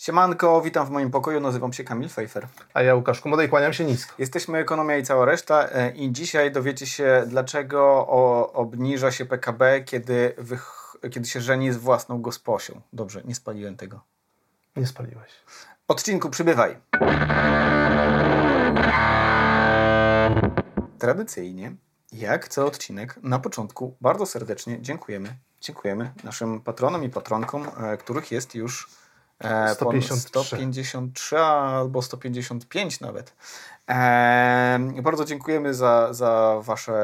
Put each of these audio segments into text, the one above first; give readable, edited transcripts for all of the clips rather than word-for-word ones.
Siemanko, witam w moim pokoju, nazywam się Kamil Fejfer. A ja Łukasz Kumoda i kłaniam się nisko. Jesteśmy Ekonomia i cała reszta i dzisiaj dowiecie się, dlaczego obniża się PKB, kiedy się żeni z własną gosposią. Dobrze, nie spaliłem tego. Nie spaliłeś. Odcinku przybywaj. Tradycyjnie, jak co odcinek, na początku bardzo serdecznie dziękujemy naszym patronom i patronkom, których jest już 153 albo 155 nawet. Bardzo dziękujemy za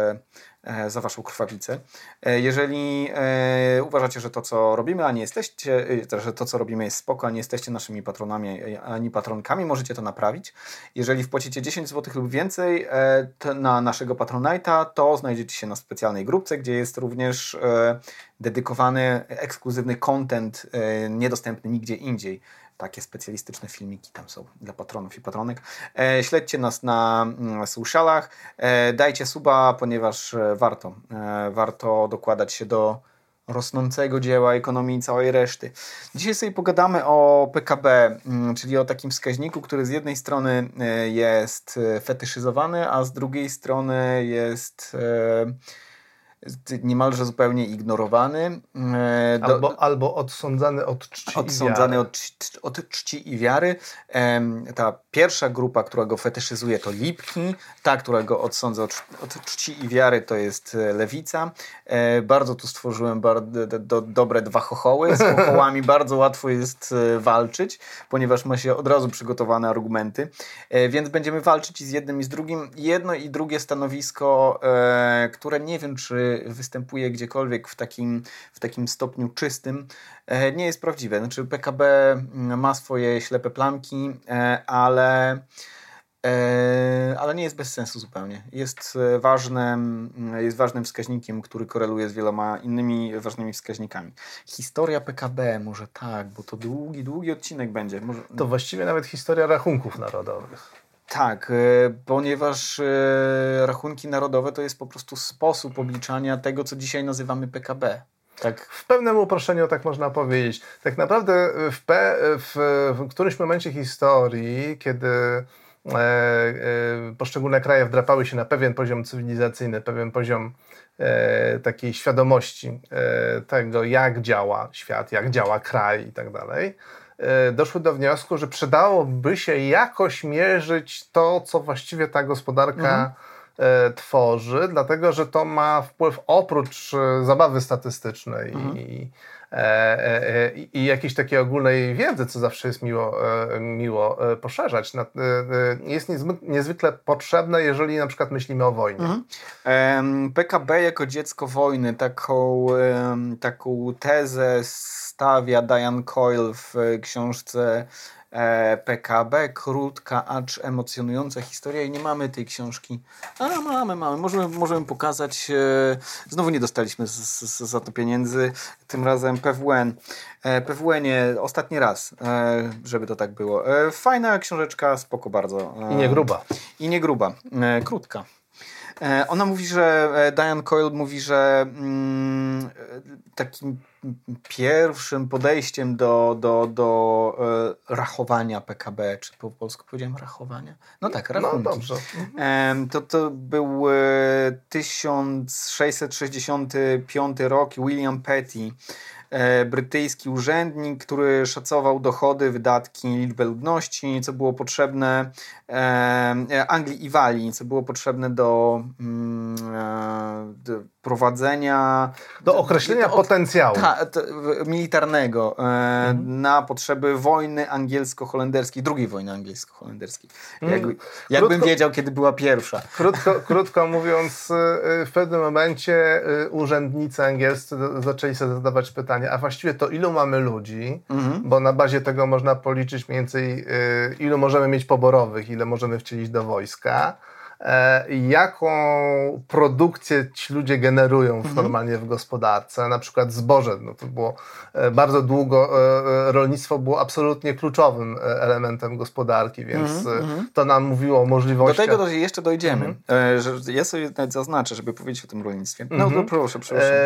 waszą krwawicę. Jeżeli uważacie, że to, co robimy, że to, co robimy jest spoko, a nie jesteście naszymi patronami ani patronkami, możecie to naprawić. Jeżeli wpłacicie 10 zł lub więcej na naszego Patronite'a, to znajdziecie się na specjalnej grupce, gdzie jest również dedykowany, ekskluzywny content niedostępny nigdzie indziej. Takie specjalistyczne filmiki tam są dla patronów i patronek. Śledźcie nas na socialach, dajcie suba, ponieważ warto dokładać się do rosnącego dzieła ekonomii i całej reszty. Dzisiaj sobie pogadamy o PKB, czyli o takim wskaźniku, który z jednej strony jest fetyszyzowany, a z drugiej strony jest niemalże zupełnie ignorowany. Albo odsądzany od czci od czci i wiary. Ta pierwsza grupa, która go fetyszyzuje, to Lipki. Ta, która go odsądza od czci i wiary, to jest lewica. Bardzo tu stworzyłem dobre dwa chochoły. Z chochołami bardzo łatwo jest walczyć, ponieważ ma się od razu przygotowane argumenty. Więc będziemy walczyć i z jednym i z drugim. Jedno i drugie stanowisko, które nie wiem, czy występuje gdziekolwiek w takim stopniu czystym, nie jest prawdziwe. Znaczy PKB ma swoje ślepe plamki, ale nie jest bez sensu zupełnie. Jest ważnym wskaźnikiem, który koreluje z wieloma innymi ważnymi wskaźnikami. Historia PKB, może tak, bo to długi odcinek będzie. To właściwie nawet historia rachunków narodowych. Tak, ponieważ rachunki narodowe to jest po prostu sposób obliczania tego, co dzisiaj nazywamy PKB. Tak. W pewnym uproszczeniu tak można powiedzieć. Tak naprawdę w którymś momencie historii, kiedy poszczególne kraje wdrapały się na pewien poziom cywilizacyjny, pewien poziom takiej świadomości tego, jak działa świat, jak działa kraj i tak dalej, doszły do wniosku, że przydałoby się jakoś mierzyć to, co właściwie ta gospodarka tworzy, dlatego że to ma wpływ oprócz zabawy statystycznej i jakiejś takiej ogólnej wiedzy, co zawsze jest miło poszerzać. Jest niezwykle potrzebne, jeżeli na przykład myślimy o wojnie. PKB jako dziecko wojny, taką tezę stawia Diane Coyle w książce PKB, krótka, acz emocjonująca historia i nie mamy tej książki. Mamy. Możemy pokazać. Znowu nie dostaliśmy za to pieniędzy. Tym razem PWN. PWN-ie ostatni raz, żeby to tak było. Fajna książeczka, spoko bardzo. I nie gruba. Krótka. Ona mówi, Diane Coyle mówi, że takim pierwszym podejściem do rachowania PKB, czy po polsku powiedziałem rachowania? No tak, rachunki. No dobrze. To był 1665 rok, William Petty, brytyjski urzędnik, który szacował dochody, wydatki, liczbę ludności, co było potrzebne Anglii i Walii, co było potrzebne do prowadzenia... Do określenia potencjału. Militarnego na potrzeby wojny angielsko-holenderskiej, drugiej wojny angielsko-holenderskiej. Jakbym wiedział, kiedy była pierwsza. Krótko mówiąc, w pewnym momencie urzędnicy angielscy zaczęli sobie zadawać pytanie, a właściwie to ilu mamy ludzi, bo na bazie tego można policzyć mniej więcej ilu możemy mieć poborowych, ile możemy wcielić do wojska. jaką produkcję ci ludzie generują normalnie w gospodarce, na przykład zboże. No to było bardzo długo, rolnictwo było absolutnie kluczowym elementem gospodarki, więc to nam mówiło o możliwościach. Do tego jeszcze dojdziemy. Ja sobie nawet zaznaczę, żeby powiedzieć o tym rolnictwie. No to proszę.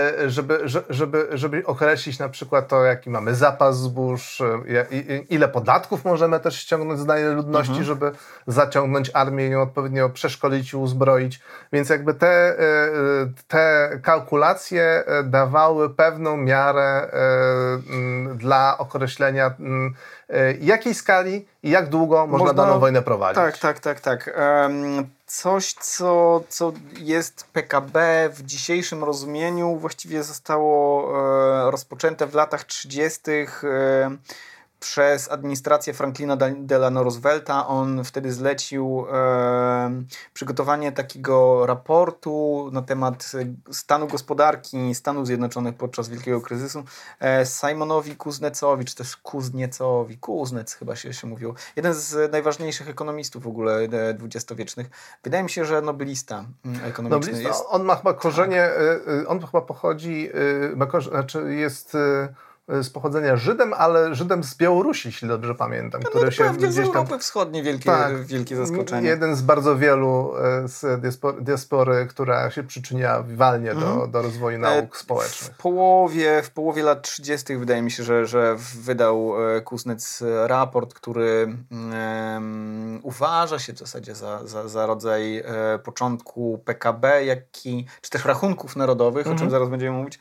Żeby określić na przykład to, jaki mamy zapas zbóż, ile podatków możemy też ściągnąć z danej ludności, żeby zaciągnąć armię i ją odpowiednio przeszkolić i uzbroić. Więc jakby te kalkulacje dawały pewną miarę dla określenia jakiej skali i jak długo można daną wojnę prowadzić. Tak. Coś, co jest PKB w dzisiejszym rozumieniu, właściwie zostało rozpoczęte w latach 30. Przez administrację Franklina Delano Roosevelta. On wtedy zlecił przygotowanie takiego raportu na temat stanu gospodarki Stanów Zjednoczonych podczas wielkiego kryzysu Simonowi Kuznecowi, czy też Kuzniecowi. Kuznec chyba się mówiło. Jeden z najważniejszych ekonomistów w ogóle dwudziestowiecznych. Wydaje mi się, że nobelista ekonomiczny jest. On ma chyba korzenie, on chyba pochodzi, jest z pochodzenia Żydem, ale Żydem z Białorusi, jeśli dobrze pamiętam. Który się gdzieś z Europy Wschodniej wielkie zaskoczenie. Jeden z bardzo wielu z diaspory, która się przyczynia walnie do rozwoju nauk społecznych. W połowie lat 30. wydaje mi się, że wydał Kuznec raport, który uważa się w zasadzie za rodzaj początku PKB, czy też rachunków narodowych, o czym zaraz będziemy mówić,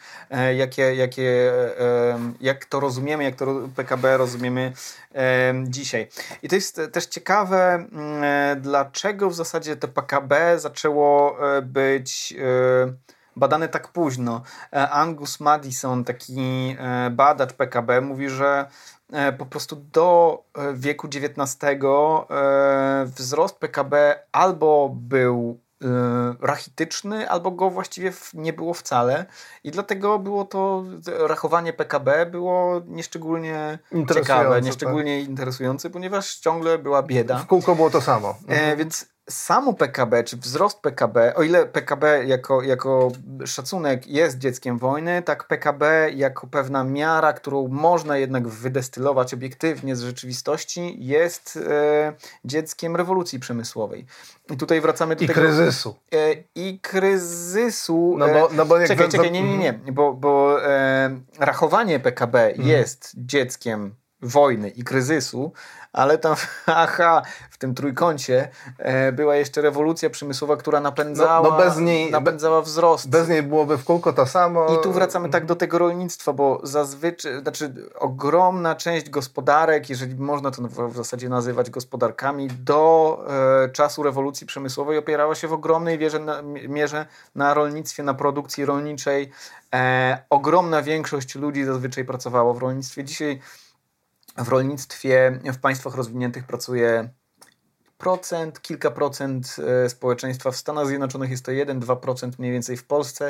jak to rozumiemy, jak to PKB rozumiemy dzisiaj. I to jest też ciekawe, dlaczego w zasadzie to PKB zaczęło być badane tak późno. Angus Maddison, taki badacz PKB, mówi, że po prostu do wieku XIX wzrost PKB albo był rachityczny, albo go właściwie nie było wcale i dlatego było to rachowanie PKB było nieszczególnie ciekawe, nieszczególnie interesujące, ponieważ ciągle była bieda. W kółko było to samo. Więc samo PKB, czy wzrost PKB, o ile PKB jako szacunek jest dzieckiem wojny, tak PKB jako pewna miara, którą można jednak wydestylować obiektywnie z rzeczywistości, jest dzieckiem rewolucji przemysłowej. I tutaj wracamy do tego... Kryzysu. I kryzysu... No bo jak czekaj, nie. Bo rachowanie PKB jest dzieckiem wojny i kryzysu, ale tam w tym trójkącie była jeszcze rewolucja przemysłowa, która napędzała wzrost. Bez niej byłoby w kółko to samo. I tu wracamy tak do tego rolnictwa, bo zazwyczaj, ogromna część gospodarek, jeżeli można to w zasadzie nazywać gospodarkami, do czasu rewolucji przemysłowej opierała się w ogromnej mierze na rolnictwie, na produkcji rolniczej. Ogromna większość ludzi zazwyczaj pracowało w rolnictwie. Dzisiaj w rolnictwie w państwach rozwiniętych pracuje kilka procent społeczeństwa. W Stanach Zjednoczonych jest to 1-2% mniej więcej. W Polsce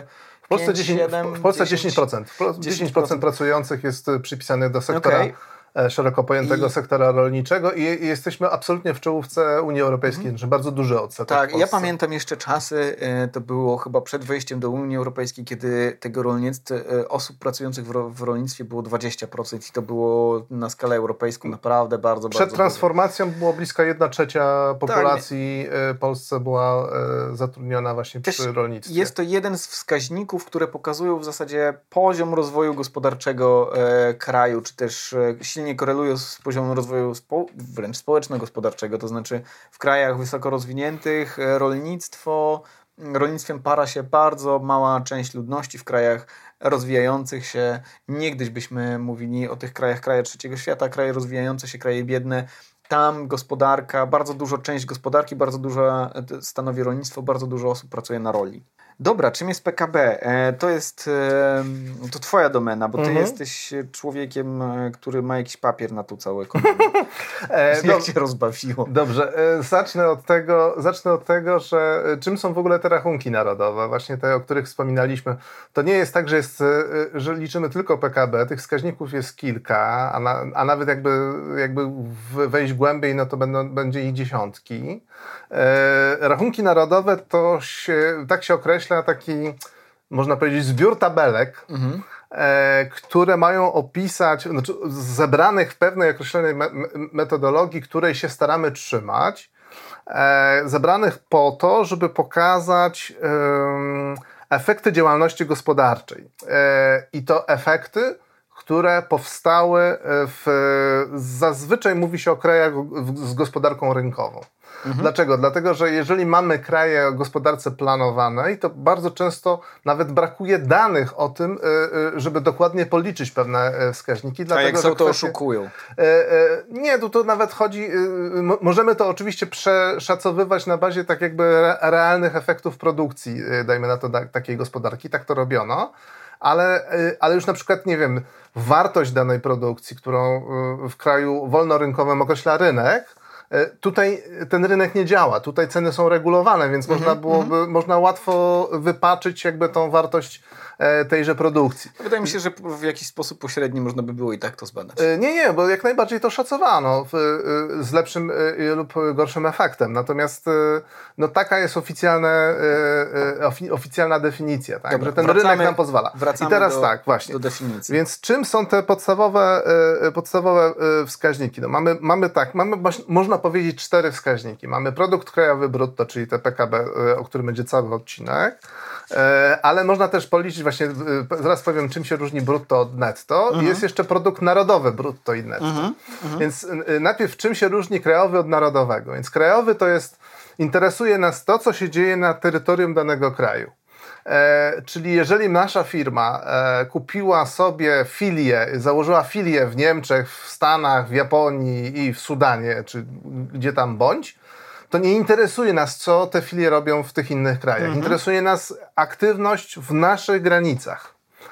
10%. 10% pracujących jest przypisanych do sektora szeroko pojętego sektora rolniczego i jesteśmy absolutnie w czołówce Unii Europejskiej, znaczy bardzo duży odsetek. Tak, ja pamiętam jeszcze czasy, to było chyba przed wejściem do Unii Europejskiej, kiedy tego osób pracujących w rolnictwie było 20% i to było na skalę europejską naprawdę bardzo Przed transformacją było blisko 1/3 populacji w Polsce była zatrudniona właśnie przy rolnictwie. Jest to jeden z wskaźników, które pokazują w zasadzie poziom rozwoju gospodarczego kraju, czy też silnie korelują z poziomem rozwoju wręcz społeczno-gospodarczego, to znaczy w krajach wysoko rozwiniętych rolnictwem para się bardzo mała część ludności, w krajach rozwijających się, niegdyś byśmy mówili o tych kraje trzeciego świata, kraje rozwijające się, kraje biedne, tam gospodarka, część gospodarki, bardzo dużo stanowi rolnictwo, bardzo dużo osób pracuje na roli. Dobra, czym jest PKB? To twoja domena, bo ty jesteś człowiekiem, który ma jakiś papier na tą całą ekonomię. Jak cię rozbawiło? Dobrze, zacznę od tego, że czym są w ogóle te rachunki narodowe, właśnie te, o których wspominaliśmy. To nie jest tak, że liczymy tylko PKB, tych wskaźników jest kilka, a nawet jakby wejść głębiej, no to będzie ich dziesiątki. Rachunki narodowe to tak się określa taki, można powiedzieć, zbiór tabelek, które mają opisać, znaczy zebranych w pewnej określonej metodologii, której się staramy trzymać, zebranych po to, żeby pokazać efekty działalności gospodarczej. I to efekty, które powstały zazwyczaj mówi się o krajach z gospodarką rynkową. Dlaczego? Dlatego, że jeżeli mamy kraje o gospodarce planowanej, to bardzo często nawet brakuje danych o tym, żeby dokładnie policzyć pewne wskaźniki. Dlatego, jak są, to oszukują. Nie, to nawet chodzi, możemy to oczywiście przeszacowywać na bazie tak jakby realnych efektów produkcji, dajmy na to takiej gospodarki, tak to robiono. Ale już na przykład, nie wiem, wartość danej produkcji, którą w kraju wolnorynkowym określa rynek, tutaj ten rynek nie działa, tutaj ceny są regulowane, więc można łatwo wypaczyć jakby tą wartość tejże produkcji. Wydaje mi się, że w jakiś sposób pośredni można by było i tak to zbadać. Nie, bo jak najbardziej to szacowano z lepszym lub gorszym efektem. Natomiast no, taka jest oficjalna definicja, tak? Dobra, że ten rynek nam pozwala. Wracamy I teraz właśnie. do definicji. Więc czym są te podstawowe wskaźniki? No, można powiedzieć 4 wskaźniki. Mamy produkt krajowy brutto, czyli te PKB, o którym będzie cały odcinek. Ale można też policzyć właśnie, zaraz powiem, czym się różni brutto od netto. Jest jeszcze produkt narodowy brutto i netto. Więc najpierw czym się różni krajowy od narodowego. Więc krajowy to jest, interesuje nas to, co się dzieje na terytorium danego kraju. Czyli jeżeli nasza firma kupiła sobie filię, założyła filię w Niemczech, w Stanach, w Japonii i w Sudanie, czy gdzie tam bądź, to nie interesuje nas, co te filie robią w tych innych krajach. Interesuje nas aktywność w naszych granicach.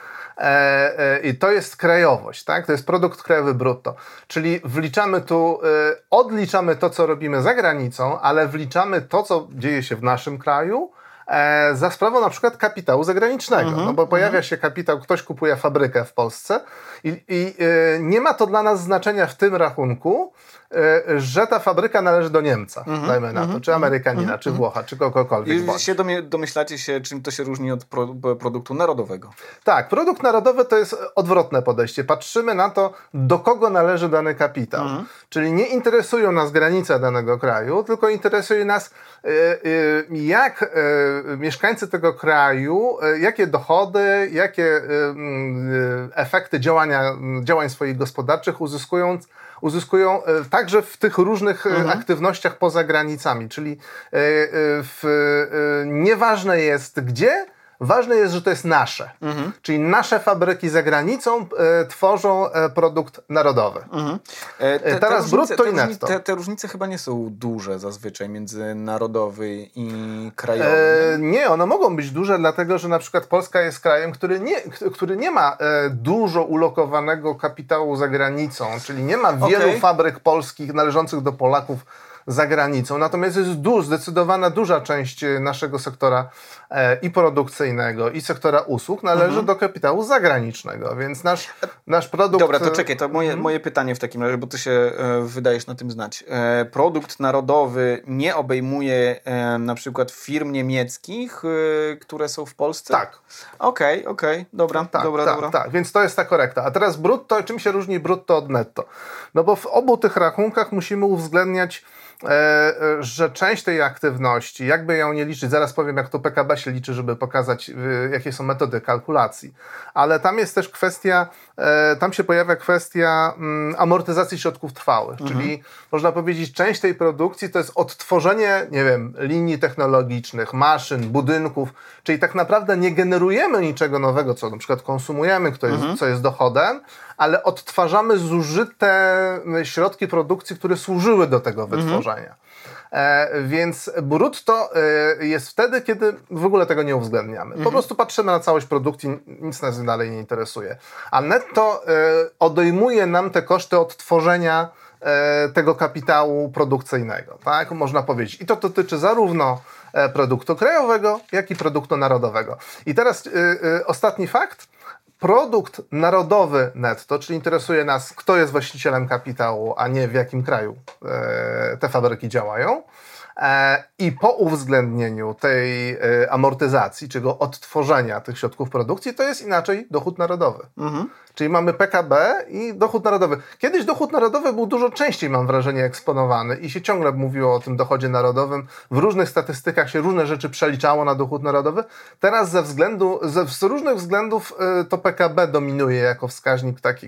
I to jest krajowość, tak? To jest produkt krajowy brutto. Czyli wliczamy tu, odliczamy to, co robimy za granicą, ale wliczamy to, co dzieje się w naszym kraju, za sprawą na przykład kapitału zagranicznego. No bo pojawia się kapitał, ktoś kupuje fabrykę w Polsce i nie ma to dla nas znaczenia w tym rachunku, że ta fabryka należy do Niemca, dajmy na to, czy Amerykanina, czy Włocha, czy kogokolwiek. I domyślacie się, czym to się różni od produktu narodowego. Tak, produkt narodowy to jest odwrotne podejście. Patrzymy na to, do kogo należy dany kapitał. Czyli nie interesują nas granice danego kraju, tylko interesuje nas, jak mieszkańcy tego kraju, jakie dochody, jakie efekty działań swoich gospodarczych uzyskują także w tych różnych aktywnościach poza granicami. Czyli nieważne jest gdzie, ważne jest, że to jest nasze. Czyli nasze fabryki za granicą tworzą produkt narodowy. Teraz brutto i netto. Te różnice chyba nie są duże zazwyczaj między narodowy i krajowy. Nie, one mogą być duże, dlatego że na przykład Polska jest krajem, który nie ma dużo ulokowanego kapitału za granicą, czyli nie ma wielu fabryk polskich należących do Polaków za granicą. Natomiast jest zdecydowana duża część naszego sektora i produkcyjnego, i sektora usług należy do kapitału zagranicznego, więc nasz produkt... Dobra, to czekaj, to moje pytanie w takim razie, bo ty się wydajesz na tym znać. Produkt narodowy nie obejmuje na przykład firm niemieckich, które są w Polsce? Tak. Okej, dobra. Tak, więc to jest ta korekta. A teraz brutto, czym się różni brutto od netto? No bo w obu tych rachunkach musimy uwzględniać, że część tej aktywności, jakby ją nie liczyć, zaraz powiem, jak to PKB się liczy, żeby pokazać, jakie są metody kalkulacji, ale tam jest też kwestia, tam się pojawia kwestia amortyzacji środków trwałych, czyli można powiedzieć, część tej produkcji to jest odtworzenie, nie wiem, linii technologicznych, maszyn, budynków, czyli tak naprawdę nie generujemy niczego nowego, co na przykład konsumujemy, co jest dochodem, ale odtwarzamy zużyte środki produkcji, które służyły do tego wytworzenia. Więc brutto jest wtedy, kiedy w ogóle tego nie uwzględniamy. Po prostu patrzymy na całość produkcji, nic nas dalej nie interesuje. A netto odejmuje nam te koszty odtworzenia tego kapitału produkcyjnego, tak? Można powiedzieć. I to dotyczy zarówno produktu krajowego, jak i produktu narodowego. I teraz ostatni fakt. produkt narodowy netto, czyli interesuje nas, kto jest właścicielem kapitału, a nie w jakim kraju te fabryki działają. I po uwzględnieniu tej amortyzacji, czyli odtworzenia tych środków produkcji, to jest inaczej dochód narodowy. Czyli mamy PKB i dochód narodowy. Kiedyś dochód narodowy był dużo częściej, mam wrażenie, eksponowany i się ciągle mówiło o tym dochodzie narodowym. W różnych statystykach się różne rzeczy przeliczało na dochód narodowy. Teraz z różnych względów to PKB dominuje jako wskaźnik taki,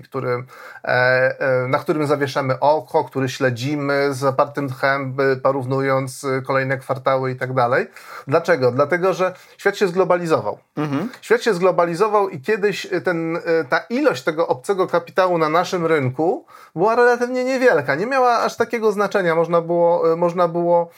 na którym zawieszamy oko, który śledzimy z zapartym tchem, porównując kolejne kwartały i tak dalej. Dlaczego? Dlatego, że świat się zglobalizował. Świat się zglobalizował i kiedyś ta ilość tego obcego kapitału na naszym rynku była relatywnie niewielka. Nie miała aż takiego znaczenia. Można było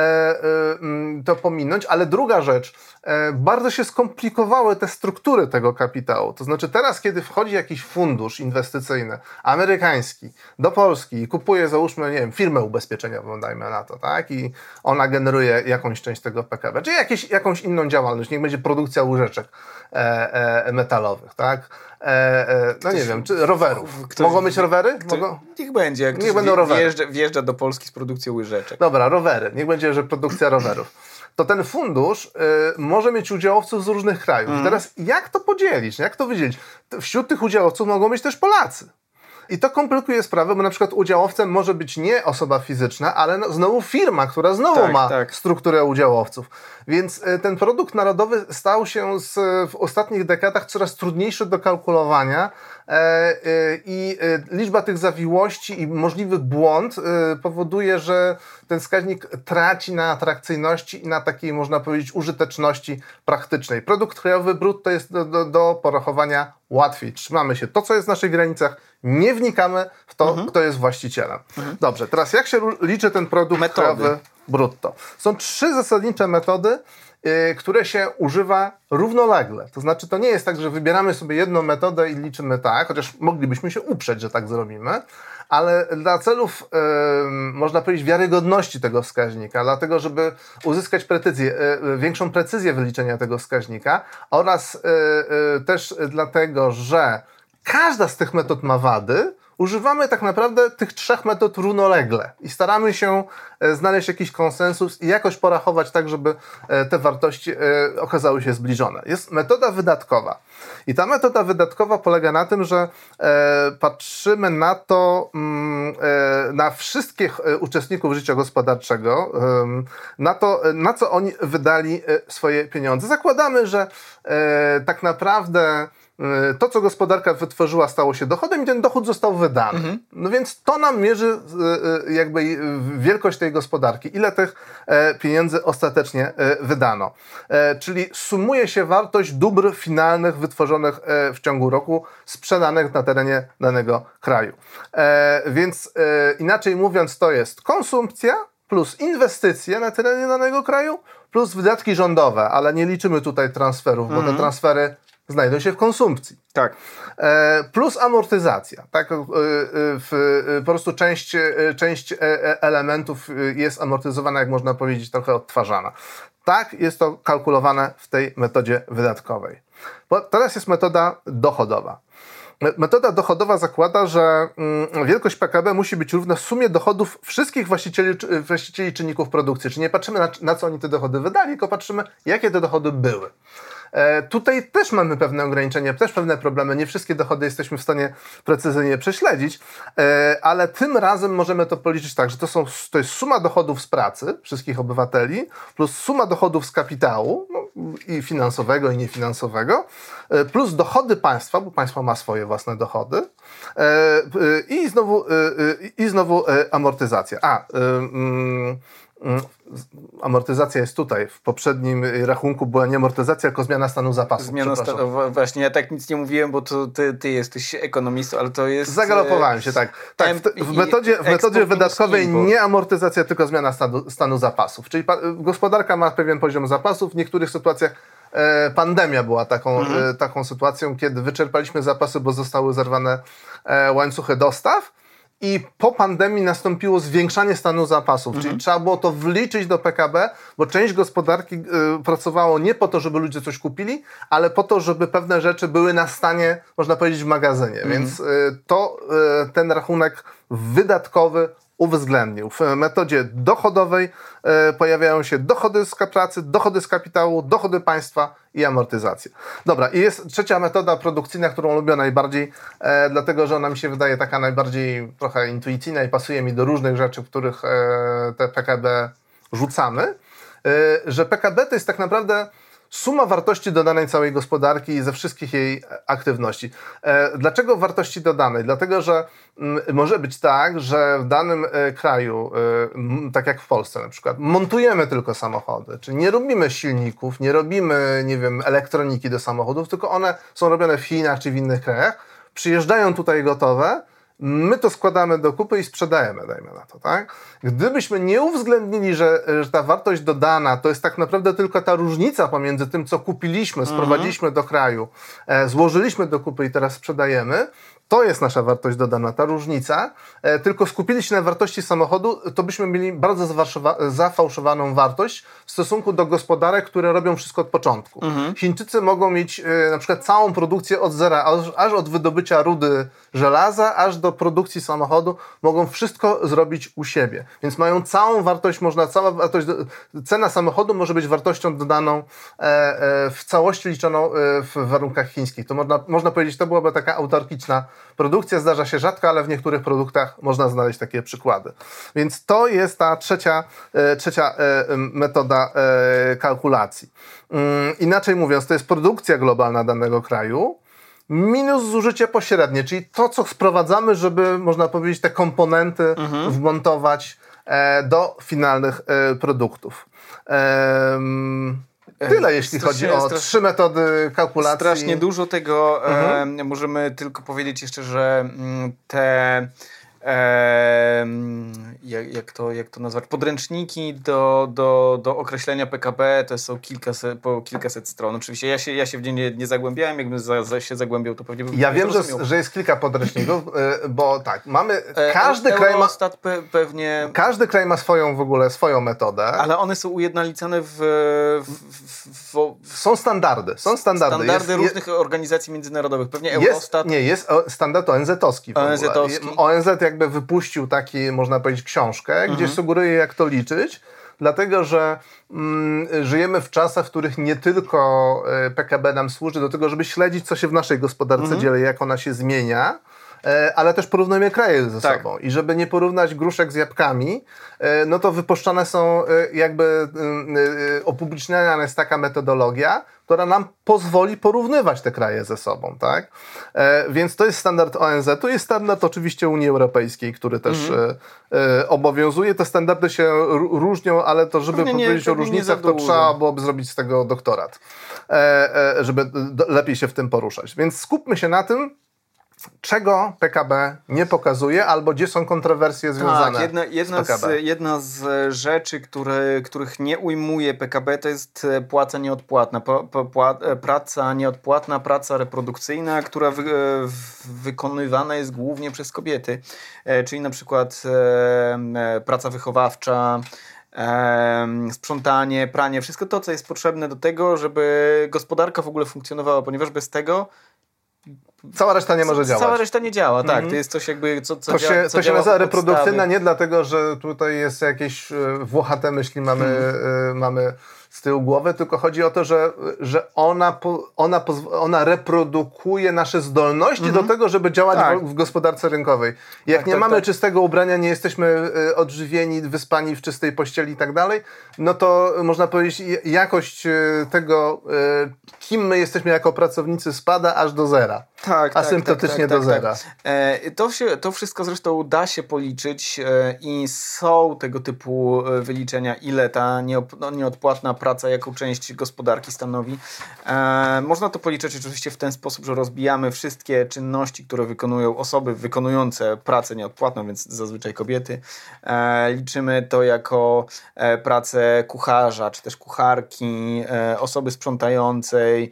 to pominąć. Ale druga rzecz, bardzo się skomplikowały te struktury tego kapitału. To znaczy teraz, kiedy wchodzi jakiś fundusz inwestycyjny amerykański do Polski i kupuje, załóżmy, nie wiem, firmę ubezpieczeniową, dajmy na to, tak? I ona generuje jakąś część tego PKB, czy jakąś inną działalność, niech będzie produkcja łyżeczek metalowych, tak? No nie wiem, czy rowerów. Mogą być rowery? Niech będzie, jak niech będą rowery. Wjeżdża do Polski z produkcją łyżeczek. Dobra, rowery. Niech będzie, że produkcja rowerów. To ten fundusz może mieć udziałowców z różnych krajów. I teraz jak to podzielić? Jak to wydzielić? Wśród tych udziałowców mogą być też Polacy. I to komplikuje sprawę, bo na przykład udziałowcem może być nie osoba fizyczna, ale znowu firma, która znowu ma strukturę udziałowców. Więc ten produkt narodowy stał się w ostatnich dekadach coraz trudniejszy do kalkulowania i liczba tych zawiłości i możliwy błąd powoduje, że ten wskaźnik traci na atrakcyjności i na takiej, można powiedzieć, użyteczności praktycznej. Produkt krajowy brutto jest do porachowania łatwiej. Trzymamy się to, co jest w naszych granicach, nie wnikamy w to, kto jest właścicielem. Dobrze, teraz jak się liczy ten produkt krajowy brutto? Są 3 zasadnicze metody, które się używa równolegle. To znaczy, to nie jest tak, że wybieramy sobie jedną metodę i liczymy tak, chociaż moglibyśmy się uprzeć, że tak zrobimy, ale dla celów, można powiedzieć, wiarygodności tego wskaźnika, dlatego, żeby uzyskać większą precyzję wyliczenia tego wskaźnika oraz też dlatego, że każda z tych metod ma wady, używamy tak naprawdę tych 3 metod równolegle i staramy się znaleźć jakiś konsensus i jakoś porachować tak, żeby te wartości okazały się zbliżone. Jest metoda wydatkowa. I ta metoda wydatkowa polega na tym, że patrzymy na to, na wszystkich uczestników życia gospodarczego, na to, na co oni wydali swoje pieniądze. Zakładamy, że tak naprawdę to, co gospodarka wytworzyła, stało się dochodem i ten dochód został wydany. No więc to nam mierzy jakby wielkość tej gospodarki. Ile tych pieniędzy ostatecznie wydano. Czyli sumuje się wartość dóbr finalnych wytworzonych w ciągu roku, sprzedanych na terenie danego kraju. Więc inaczej mówiąc, to jest konsumpcja plus inwestycje na terenie danego kraju plus wydatki rządowe, ale nie liczymy tutaj transferów, bo te transfery znajdą się w konsumpcji. Tak. Plus amortyzacja. Tak? Po prostu część elementów jest amortyzowana, jak można powiedzieć, trochę odtwarzana. Tak jest to kalkulowane w tej metodzie wydatkowej. Teraz jest metoda dochodowa. Metoda dochodowa zakłada, że wielkość PKB musi być równa sumie dochodów wszystkich właścicieli czynników produkcji. Czyli nie patrzymy na co oni te dochody wydali, tylko patrzymy, jakie te dochody były. Tutaj też mamy pewne ograniczenia, też pewne problemy. Nie wszystkie dochody jesteśmy w stanie precyzyjnie prześledzić, ale tym razem możemy to policzyć tak, że to jest suma dochodów z pracy wszystkich obywateli plus suma dochodów z kapitału, i finansowego, i niefinansowego, plus dochody państwa, bo państwo ma swoje własne dochody, i znowu amortyzacja. Amortyzacja jest tutaj. W poprzednim rachunku była nie amortyzacja, tylko zmiana stanu zapasu. Zmiana stanu, właśnie, ja tak nic nie mówiłem, bo to ty jesteś ekonomistą, ale to jest... Zagalopowałem się, tak. W metodzie wydatkowej nie amortyzacja, tylko zmiana stanu zapasów. Czyli gospodarka ma pewien poziom zapasów. W niektórych sytuacjach pandemia była taką sytuacją, kiedy wyczerpaliśmy zapasy, bo zostały zerwane łańcuchy dostaw. i po pandemii nastąpiło zwiększanie stanu zapasów, czyli trzeba było to wliczyć do PKB, bo część gospodarki pracowało nie po to, żeby ludzie coś kupili, ale po to, żeby pewne rzeczy były na stanie, można powiedzieć, w magazynie. Więc ten rachunek wydatkowy uwzględnił. W metodzie dochodowej pojawiają się dochody z pracy, dochody z kapitału, dochody państwa i amortyzacja. Dobra, i jest trzecia metoda produkcyjna, którą lubię najbardziej, dlatego że ona mi się wydaje taka najbardziej trochę intuicyjna i pasuje mi do różnych rzeczy, w których te PKB rzucamy, że PKB to jest tak naprawdę suma wartości dodanej całej gospodarki ze wszystkich jej aktywności. Dlaczego wartości dodanej? Dlatego, że może być tak, że w danym kraju, tak jak w Polsce na przykład, montujemy tylko samochody, czyli nie robimy silników, nie robimy, nie wiem, elektroniki do samochodów, tylko one są robione w Chinach czy w innych krajach, przyjeżdżają tutaj gotowe, my to składamy do kupy i sprzedajemy, dajmy na to, tak? Gdybyśmy nie uwzględnili, że ta wartość dodana to jest tak naprawdę tylko ta różnica pomiędzy tym, co kupiliśmy, sprowadziliśmy do kraju, złożyliśmy do kupy i teraz sprzedajemy, to jest nasza wartość dodana, ta różnica, tylko skupili się na wartości samochodu, to byśmy mieli bardzo zafałszowaną wartość w stosunku do gospodarek, które robią wszystko od początku. Chińczycy mogą mieć na przykład całą produkcję od zera, aż od wydobycia rudy żelaza, aż do produkcji samochodu, mogą wszystko zrobić u siebie. Więc mają całą wartość, cena samochodu może być wartością dodaną w całości liczoną w warunkach chińskich. To można powiedzieć, to byłaby taka autarkiczna produkcja, zdarza się rzadko, ale w niektórych produktach można znaleźć takie przykłady. Więc to jest ta trzecia metoda kalkulacji. Inaczej mówiąc, to jest produkcja globalna danego kraju minus zużycie pośrednie, czyli to, co sprowadzamy, żeby, można powiedzieć, te komponenty wmontować do finalnych produktów. Tyle, jeśli chodzi o trzy metody kalkulacji. Strasznie dużo tego. Możemy tylko powiedzieć jeszcze, że te jak to nazwać, podręczniki do określenia PKB to są kilkaset stron. Oczywiście ja się w nie nie zagłębiałem, jakbym się zagłębiał, to pewnie bym ja wiem, że jest kilka podręczników, bo tak, mamy, każdy kraj ma swoją metodę. Ale one są ujednolicane są standardy. Standardy różnych organizacji międzynarodowych. Pewnie Eurostat. Jest standard ONZ-owski. ONZ jakby wypuścił taki, można powiedzieć, książkę, gdzie sugeruje, jak to liczyć, dlatego, że żyjemy w czasach, w których nie tylko PKB nam służy do tego, żeby śledzić, co się w naszej gospodarce dzieje, jak ona się zmienia, ale też porównujemy kraje ze sobą. I żeby nie porównać gruszek z jabłkami, no to wypuszczane są jakby opubliczniana jest taka metodologia, która nam pozwoli porównywać te kraje ze sobą, tak? Więc to jest standard ONZ-u, jest standard oczywiście Unii Europejskiej, który też obowiązuje. Te standardy się różnią, ale to żeby powiedzieć o różnicach, to trzeba byłoby zrobić z tego doktorat, żeby lepiej się w tym poruszać. Więc skupmy się na tym, czego PKB nie pokazuje, albo gdzie są kontrowersje związane z PKB. Jedna z rzeczy, których nie ujmuje PKB, to jest praca nieodpłatna. Praca reprodukcyjna, która wykonywana jest głównie przez kobiety. Czyli na przykład praca wychowawcza, sprzątanie, pranie, wszystko to, co jest potrzebne do tego, żeby gospodarka w ogóle funkcjonowała, ponieważ bez tego cała reszta nie może działać. Cała reszta nie działa, tak. To jest coś jakby, to się nazywa reprodukcyjna nie dlatego, że tutaj jest jakieś włochate myśli mamy z tyłu głowy, tylko chodzi o to, że ona reprodukuje nasze zdolności do tego, żeby działać w gospodarce rynkowej. Jak nie mamy czystego ubrania, nie jesteśmy odżywieni, wyspani w czystej pościeli i tak dalej, no to można powiedzieć, jakość tego, kim my jesteśmy jako pracownicy, spada aż do zera. Asymptotycznie do zera. To wszystko zresztą da się policzyć i są tego typu wyliczenia, ile ta nieodpłatna praca jako część gospodarki stanowi. Można to policzyć oczywiście w ten sposób, że rozbijamy wszystkie czynności, które wykonują osoby wykonujące pracę nieodpłatną, więc zazwyczaj kobiety. Liczymy to jako pracę kucharza, czy też kucharki, osoby sprzątającej,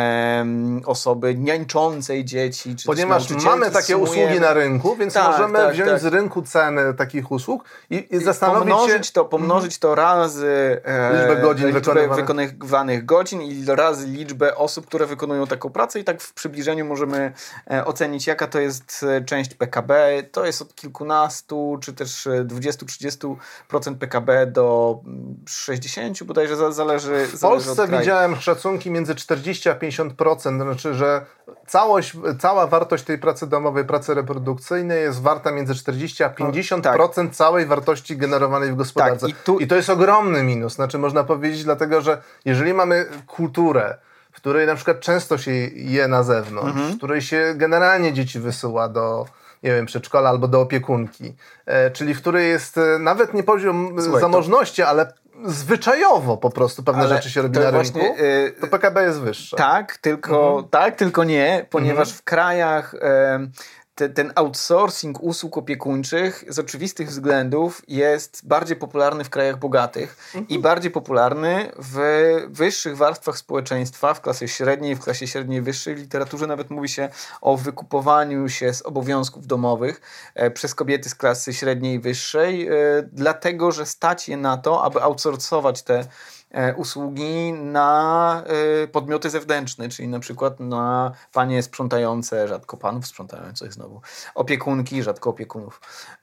osoby niańczącej dzieci. Czy ponieważ mamy takie usługi na rynku, więc możemy wziąć z rynku ceny takich usług i zastanowić pomnożyć to razy liczbę godzin wykonywanych godzin i razy liczbę osób, które wykonują taką pracę i tak w przybliżeniu możemy ocenić, jaka to jest część PKB. To jest od kilkunastu, czy też 20-30% PKB do 60%, bodajże zależy w Polsce od kraju. Widziałem szacunki między 40 a 50%, znaczy, że cała wartość tej pracy domowej, pracy reprodukcyjnej jest warta między 40 a 50% całej wartości generowanej w gospodarce. I to jest ogromny minus. Znaczy można powiedzieć, dlatego że jeżeli mamy kulturę, w której na przykład często się je na zewnątrz, w której się generalnie dzieci wysyła do, nie wiem, przedszkola albo do opiekunki, czyli w której jest nawet nie poziom zamożności, ale zwyczajowo po prostu pewne rzeczy się robi na rynku, to PKB jest wyższe. Tak, tylko nie, ponieważ w krajach ten outsourcing usług opiekuńczych z oczywistych względów jest bardziej popularny w krajach bogatych i bardziej popularny w wyższych warstwach społeczeństwa, w klasie średniej wyższej. W literaturze nawet mówi się o wykupowaniu się z obowiązków domowych przez kobiety z klasy średniej i wyższej, dlatego że stać je na to, aby outsourcować te usługi na podmioty zewnętrzne, czyli na przykład na panie sprzątające, rzadko panów sprzątających znowu, opiekunki, rzadko opiekunów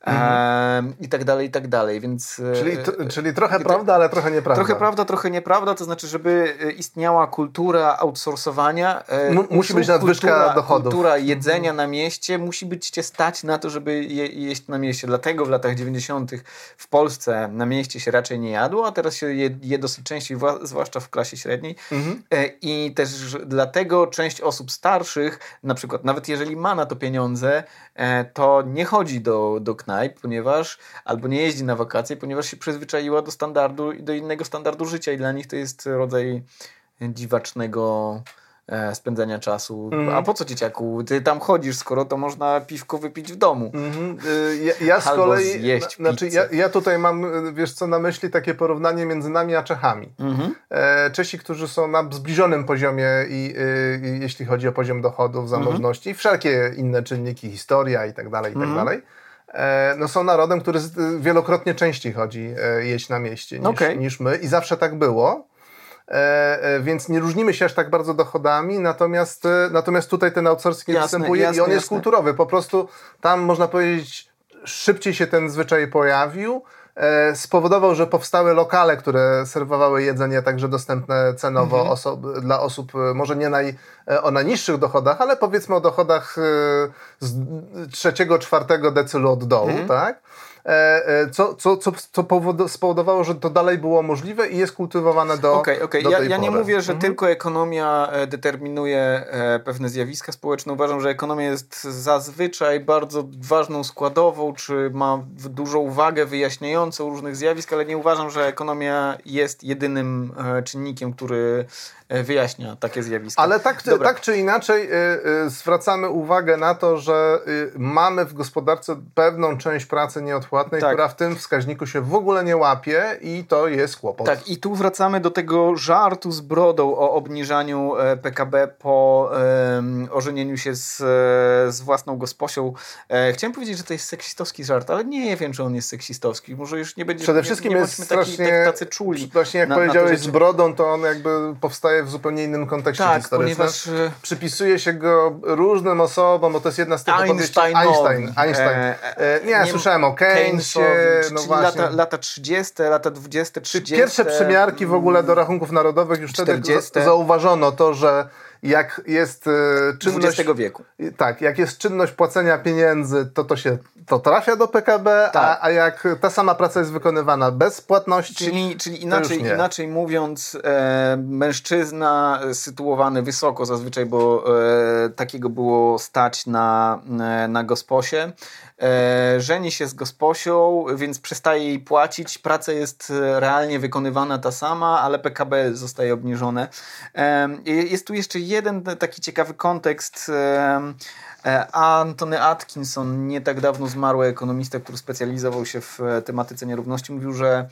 i tak dalej, więc... Czyli trochę prawda, ale trochę nieprawda. Trochę prawda, trochę nieprawda, to znaczy, żeby istniała kultura outsourcowania, musi być nadwyżka dochodów. Kultura jedzenia na mieście, musi być cię stać na to, żeby jeść na mieście. Dlatego w latach 90. w Polsce na mieście się raczej nie jadło, a teraz się je dosyć częściej, zwłaszcza w klasie średniej. I też dlatego część osób starszych, na przykład nawet jeżeli ma na to pieniądze, to nie chodzi do knajp, albo nie jeździ na wakacje, ponieważ się przyzwyczaiła do innego standardu życia i dla nich to jest rodzaj dziwacznego spędzania czasu. A po co, dzieciaku? Ty tam chodzisz, skoro to można piwko wypić w domu. Ja z albo kolei zjeść ja tutaj mam, wiesz co, na myśli takie porównanie między nami a Czechami. Czesi, którzy są na zbliżonym poziomie i jeśli chodzi o poziom dochodów, zamożności, wszelkie inne czynniki, historia i tak dalej, no są narodem, który wielokrotnie częściej chodzi jeść na mieście niż my i zawsze tak było. Więc nie różnimy się aż tak bardzo dochodami, natomiast tutaj ten outsourcing występuje i on jest kulturowy. Po prostu tam można powiedzieć szybciej się ten zwyczaj pojawił, spowodował, że powstały lokale, które serwowały jedzenie także dostępne cenowo dla osób może nie o najniższych dochodach, ale powiedzmy o dochodach z 3-4 decylu od dołu, tak? Co spowodowało, że to dalej było możliwe i jest kultywowane do tej pory. Ja nie mówię, że tylko ekonomia determinuje pewne zjawiska społeczne. Uważam, że ekonomia jest zazwyczaj bardzo ważną składową, czy ma dużą wagę wyjaśniającą różnych zjawisk, ale nie uważam, że ekonomia jest jedynym czynnikiem, który wyjaśnia takie zjawiska. Ale tak czy inaczej zwracamy uwagę na to, że mamy w gospodarce pewną część pracy nieodpłatnej, która w tym wskaźniku się w ogóle nie łapie i to jest kłopot. Tak, i tu wracamy do tego żartu z brodą o obniżaniu PKB po ożenieniu się z własną gosposią. Chciałem powiedzieć, że to jest seksistowski żart, ale nie wiem, czy on jest seksistowski. Może już nie będzie... Przede wszystkim nie jest strasznie, tacy czuli. Właśnie jak powiedziałeś z brodą, to on jakby powstaje w zupełnie innym kontekście historycznym. Ponieważ przypisuje się go różnym osobom, bo to jest jedna z tych opowieści. Einstein. Nie, słyszałem o Keynesie. No właśnie. Lata 30, lata 20, 30. Pierwsze przymiarki w ogóle do rachunków narodowych już 40. Wtedy zauważono to, że jak jest czynność... XX wieku. Tak, jak jest czynność płacenia pieniędzy, to trafia do PKB, tak. a jak ta sama praca jest wykonywana bez płatności... Czyli inaczej mówiąc, mężczyzna sytuowany wysoko zazwyczaj, bo takiego było stać na gosposie, żeni się z gosposią, więc przestaje jej płacić, praca jest realnie wykonywana ta sama, ale PKB zostaje obniżone. Jest tu jeszcze jeden taki ciekawy kontekst. Anthony Atkinson, nie tak dawno zmarły ekonomista, który specjalizował się w tematyce nierówności, mówił, że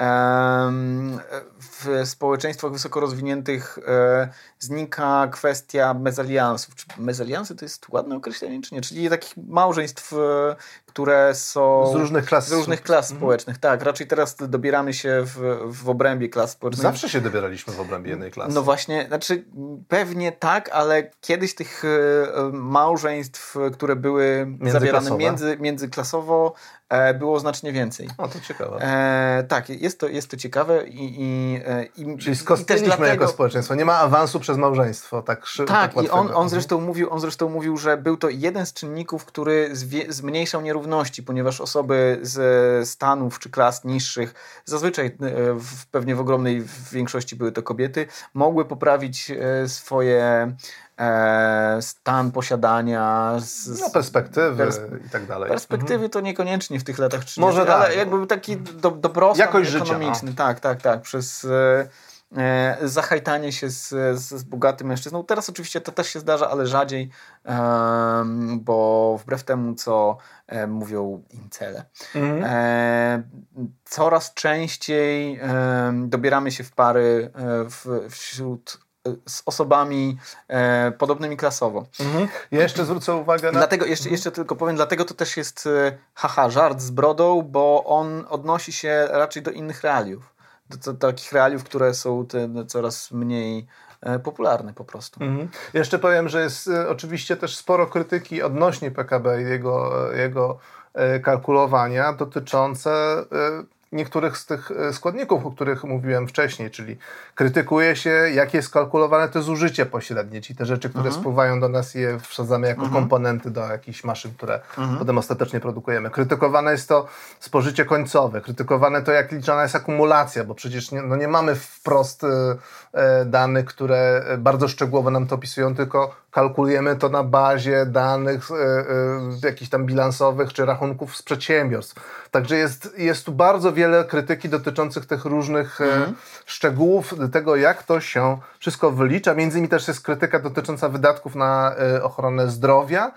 w społeczeństwach wysoko rozwiniętych znika kwestia mezaliansów. Czy mezaliansy to jest ładne określenie, czy nie? Czyli takich małżeństw, które są z różnych klas społecznych. Tak, raczej teraz dobieramy się w obrębie klas społecznych. Zawsze się dobieraliśmy w obrębie jednej klasy. No właśnie, znaczy pewnie tak, ale kiedyś tych małżeństw, które były zawierane międzyklasowo, było znacznie więcej. O, to ciekawe. Tak, jest to ciekawe czyli skostnieliśmy jako społeczeństwo. Nie ma awansu przez małżeństwo. Tak, i on zresztą mówił, że był to jeden z czynników, który zmniejszał nierówności, ponieważ osoby z stanów czy klas niższych, zazwyczaj pewnie w ogromnej większości były to kobiety, mogły poprawić swoje stan posiadania, perspektywy i tak dalej. Perspektywy to niekoniecznie w tych latach 30. Może tak. Ale jakby taki dobrostan ekonomiczny. Życia, tak. Przez zachajtanie się z bogatym mężczyzną. Teraz oczywiście to też się zdarza, ale rzadziej, bo wbrew temu, co mówią incele, coraz częściej dobieramy się w pary z osobami podobnymi klasowo. Ja jeszcze zwrócę uwagę na... Dlatego, jeszcze tylko powiem, dlatego to też jest żart z brodą, bo on odnosi się raczej do innych realiów. Do takich realiów, które są coraz mniej popularne po prostu. Jeszcze powiem, że jest oczywiście też sporo krytyki odnośnie PKB i jego kalkulowania dotyczące niektórych z tych składników, o których mówiłem wcześniej, czyli krytykuje się, jak jest kalkulowane to zużycie pośrednie, czyli te rzeczy, które spływają do nas i je wsadzamy jako komponenty do jakichś maszyn, które potem ostatecznie produkujemy. Krytykowane jest to spożycie końcowe, krytykowane to, jak liczona jest akumulacja, bo przecież nie mamy wprost danych, które bardzo szczegółowo nam to opisują, tylko kalkulujemy to na bazie danych jakichś tam bilansowych czy rachunków z przedsiębiorstw. Także jest tu bardzo wiele krytyki dotyczących tych różnych szczegółów, tego, jak to się wszystko wylicza. Między innymi też jest krytyka dotycząca wydatków na ochronę zdrowia,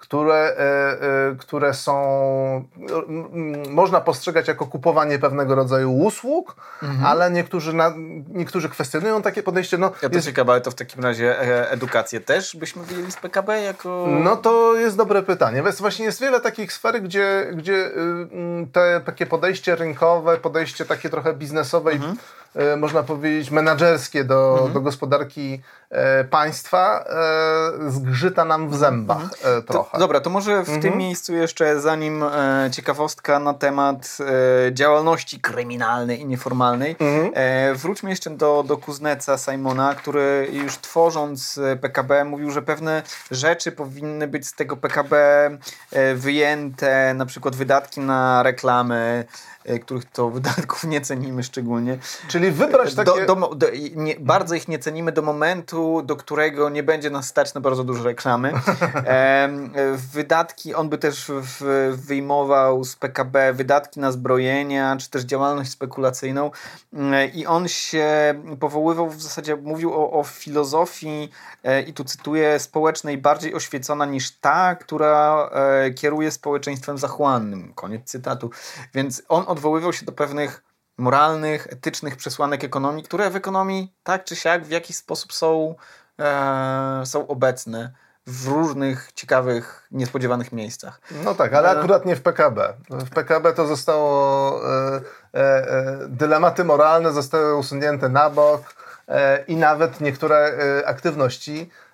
które są, można postrzegać jako kupowanie pewnego rodzaju usług, ale niektórzy kwestionują takie podejście. Ciekawe, ale to w takim razie edukację też byśmy wyjęli z PKB jako... No to jest dobre pytanie. Właśnie jest wiele takich sfer, gdzie takie podejście rynkowe, podejście takie trochę biznesowe i można powiedzieć menadżerskie do gospodarki państwa zgrzyta nam w zębach trochę. Dobra, to może w tym miejscu jeszcze, zanim ciekawostka na temat działalności kryminalnej i nieformalnej, wróćmy jeszcze do Kuzneca Simona, który już tworząc PKB mówił, że pewne rzeczy powinny być z tego PKB wyjęte, na przykład wydatki na reklamy, których to wydatków nie cenimy szczególnie. Czyli wybrać takie... bardzo ich nie cenimy do momentu, do którego nie będzie nas stać na bardzo dużo reklamy. Wydatki, on by też wyjmował z PKB wydatki na zbrojenia, czy też działalność spekulacyjną i on się powoływał, w zasadzie mówił o filozofii, i tu cytuję, społecznej bardziej oświecona niż ta, która kieruje społeczeństwem zachłannym. Koniec cytatu. Więc on odwoływał się do pewnych moralnych, etycznych przesłanek ekonomii, które w ekonomii tak czy siak w jakiś sposób są obecne w różnych ciekawych, niespodziewanych miejscach. No tak, ale akurat nie w PKB. W PKB to zostało dylematy moralne zostały usunięte na bok i nawet niektóre aktywności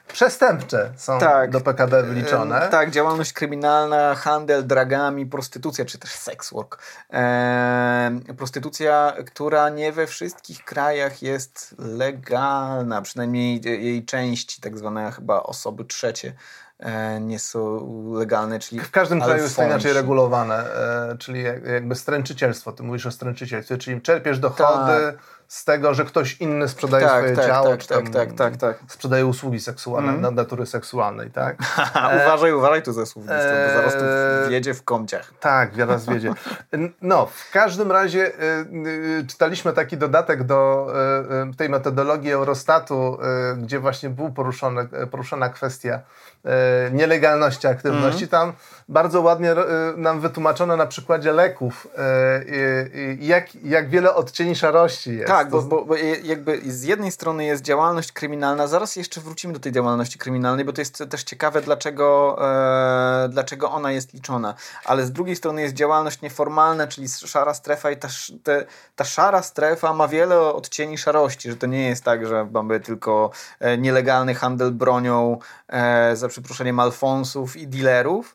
przestępcze są do PKB wyliczone. Tak, działalność kryminalna, handel dragami, prostytucja, czy też sex work. Prostytucja, która nie we wszystkich krajach jest legalna, przynajmniej jej części, tak zwane chyba osoby trzecie nie są legalne. Czyli w każdym kraju jest to inaczej regulowane, czyli jakby stręczycielstwo. Ty mówisz o stręczycielstwie, czyli czerpiesz dochody z tego, że ktoś inny sprzedaje swoje ciało, czy sprzedaje usługi seksualne, natury seksualnej, tak? Uważaj tu ze słów, bo zaraz tu wjedzie w kąciach. Tak, zaraz wjedzie. No, w każdym razie czytaliśmy taki dodatek do tej metodologii Eurostatu, gdzie właśnie była poruszona kwestia nielegalności aktywności. Tam bardzo ładnie nam wytłumaczono na przykładzie leków, jak wiele odcieni szarości jest. Tak, bo jakby z jednej strony jest działalność kryminalna, zaraz jeszcze wrócimy do tej działalności kryminalnej, bo to jest też ciekawe, dlaczego ona jest liczona, ale z drugiej strony jest działalność nieformalna, czyli szara strefa i ta szara strefa ma wiele odcieni szarości, że to nie jest tak, że mamy tylko nielegalny handel bronią, za przeproszeniem alfonsów i dealerów,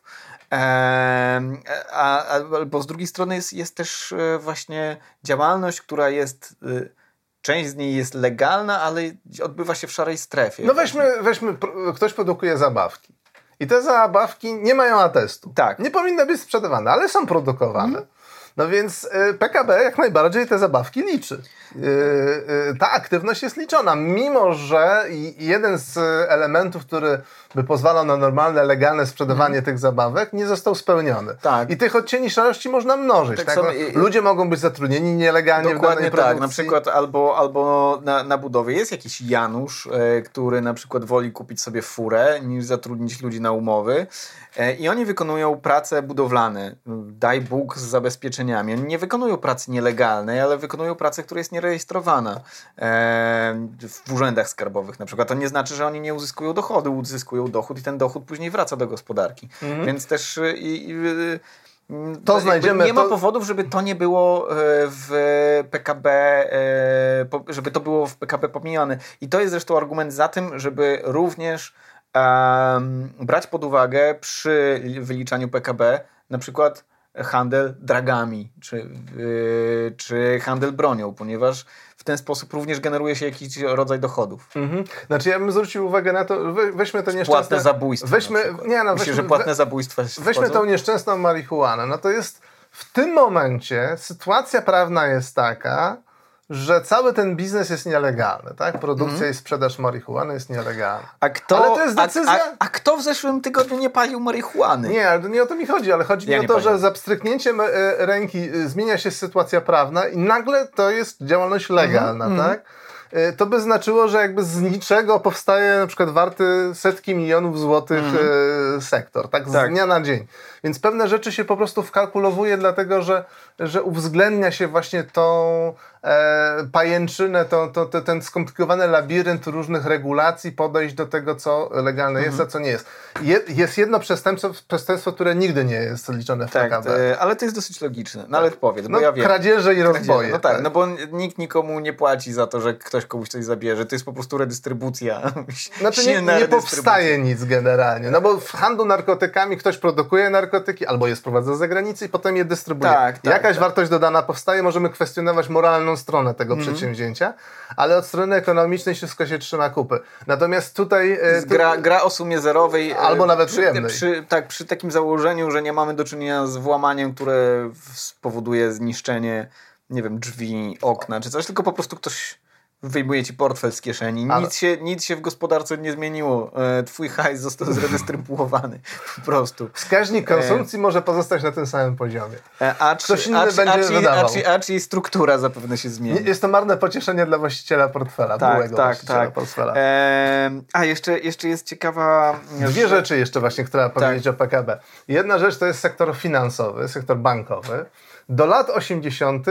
bo z drugiej strony jest też właśnie działalność, która jest, część z niej jest legalna, ale odbywa się w szarej strefie. No weźmy ktoś produkuje zabawki i te zabawki nie mają atestu. Tak. Nie powinny być sprzedawane, ale są produkowane. No więc PKB jak najbardziej te zabawki liczy. Ta aktywność jest liczona, mimo że jeden z elementów, który by pozwalał na normalne, legalne sprzedawanie tych zabawek, nie został spełniony. Tak. I tych odcieni szarości można mnożyć. Tak? Ludzie mogą być zatrudnieni nielegalnie w danej produkcji. Tak, na przykład albo na budowie jest jakiś Janusz, który na przykład woli kupić sobie furę, niż zatrudnić ludzi na umowy i oni wykonują prace budowlane, daj Bóg z zabezpieczeniami. Oni nie wykonują pracy nielegalnej, ale wykonują pracę, która jest nierejestrowana w urzędach skarbowych na przykład. To nie znaczy, że oni nie uzyskują dochodu, uzyskują dochód i ten dochód później wraca do gospodarki. Więc też to znajdziemy. Nie ma powodów, żeby to nie było w PKB, żeby to było w PKB pomijane. I to jest zresztą argument za tym, żeby również brać pod uwagę przy wyliczaniu PKB na przykład handel dragami, czy handel bronią, ponieważ w ten sposób również generuje się jakiś rodzaj dochodów. Znaczy ja bym zwrócił uwagę na to, weźmy to nieszczęsne... Płatne zabójstwa. Myślę, że płatne zabójstwa weźmy tą nieszczęsną marihuanę. No to jest w tym momencie sytuacja prawna jest taka, że cały ten biznes jest nielegalny, tak? Produkcja i sprzedaż marihuany jest nielegalna. Ale to jest decyzja... A kto w zeszłym tygodniu nie palił marihuany? Nie, ale nie o to mi chodzi, ale chodzi mi o to, że za pstryknięciem ręki zmienia się sytuacja prawna i nagle to jest działalność legalna, tak? To by znaczyło, że jakby z niczego powstaje na przykład warty setki milionów złotych sektor, tak? Z dnia na dzień. Więc pewne rzeczy się po prostu wkalkulowuje, dlatego że uwzględnia się właśnie tą pajęczynę, ten skomplikowany labirynt różnych regulacji, podejść do tego, co legalne jest, a co nie jest. Jest jedno przestępstwo, które nigdy nie jest liczone w PKB. Ale to jest dosyć logiczne. No ale powiedz, bo ja wiem. Kradzieże i rozboje. No tak, no bo nikt nikomu nie płaci za to, że ktoś komuś coś zabierze. To jest po prostu redystrybucja. Znaczy nie powstaje nic generalnie. No bo w handlu narkotykami ktoś produkuje narkotyki, albo je sprowadza z zagranicy i potem je dystrybuuje. Jakaś wartość dodana powstaje, możemy kwestionować moralną stronę tego przedsięwzięcia, ale od strony ekonomicznej wszystko się trzyma kupy. Natomiast tutaj... Gra o sumie zerowej. Albo nawet przyjemnej. Przy takim założeniu, że nie mamy do czynienia z włamaniem, które spowoduje zniszczenie, nie wiem, drzwi, okna czy coś, tylko po prostu ktoś wyjmuje ci portfel z kieszeni. Nic się w gospodarce nie zmieniło. Twój hajs został zredystrybuowany. Po prostu. Wskaźnik konsumpcji może pozostać na tym samym poziomie. Ktoś inny będzie wydawał. A jej struktura zapewne się zmieni. Jest to marne pocieszenie dla właściciela portfela. Tak. Portfela. Jeszcze jest ciekawa... Dwie rzeczy jeszcze właśnie, które powiedzieć o PKB. Jedna rzecz to jest sektor finansowy, sektor bankowy. Do lat 80.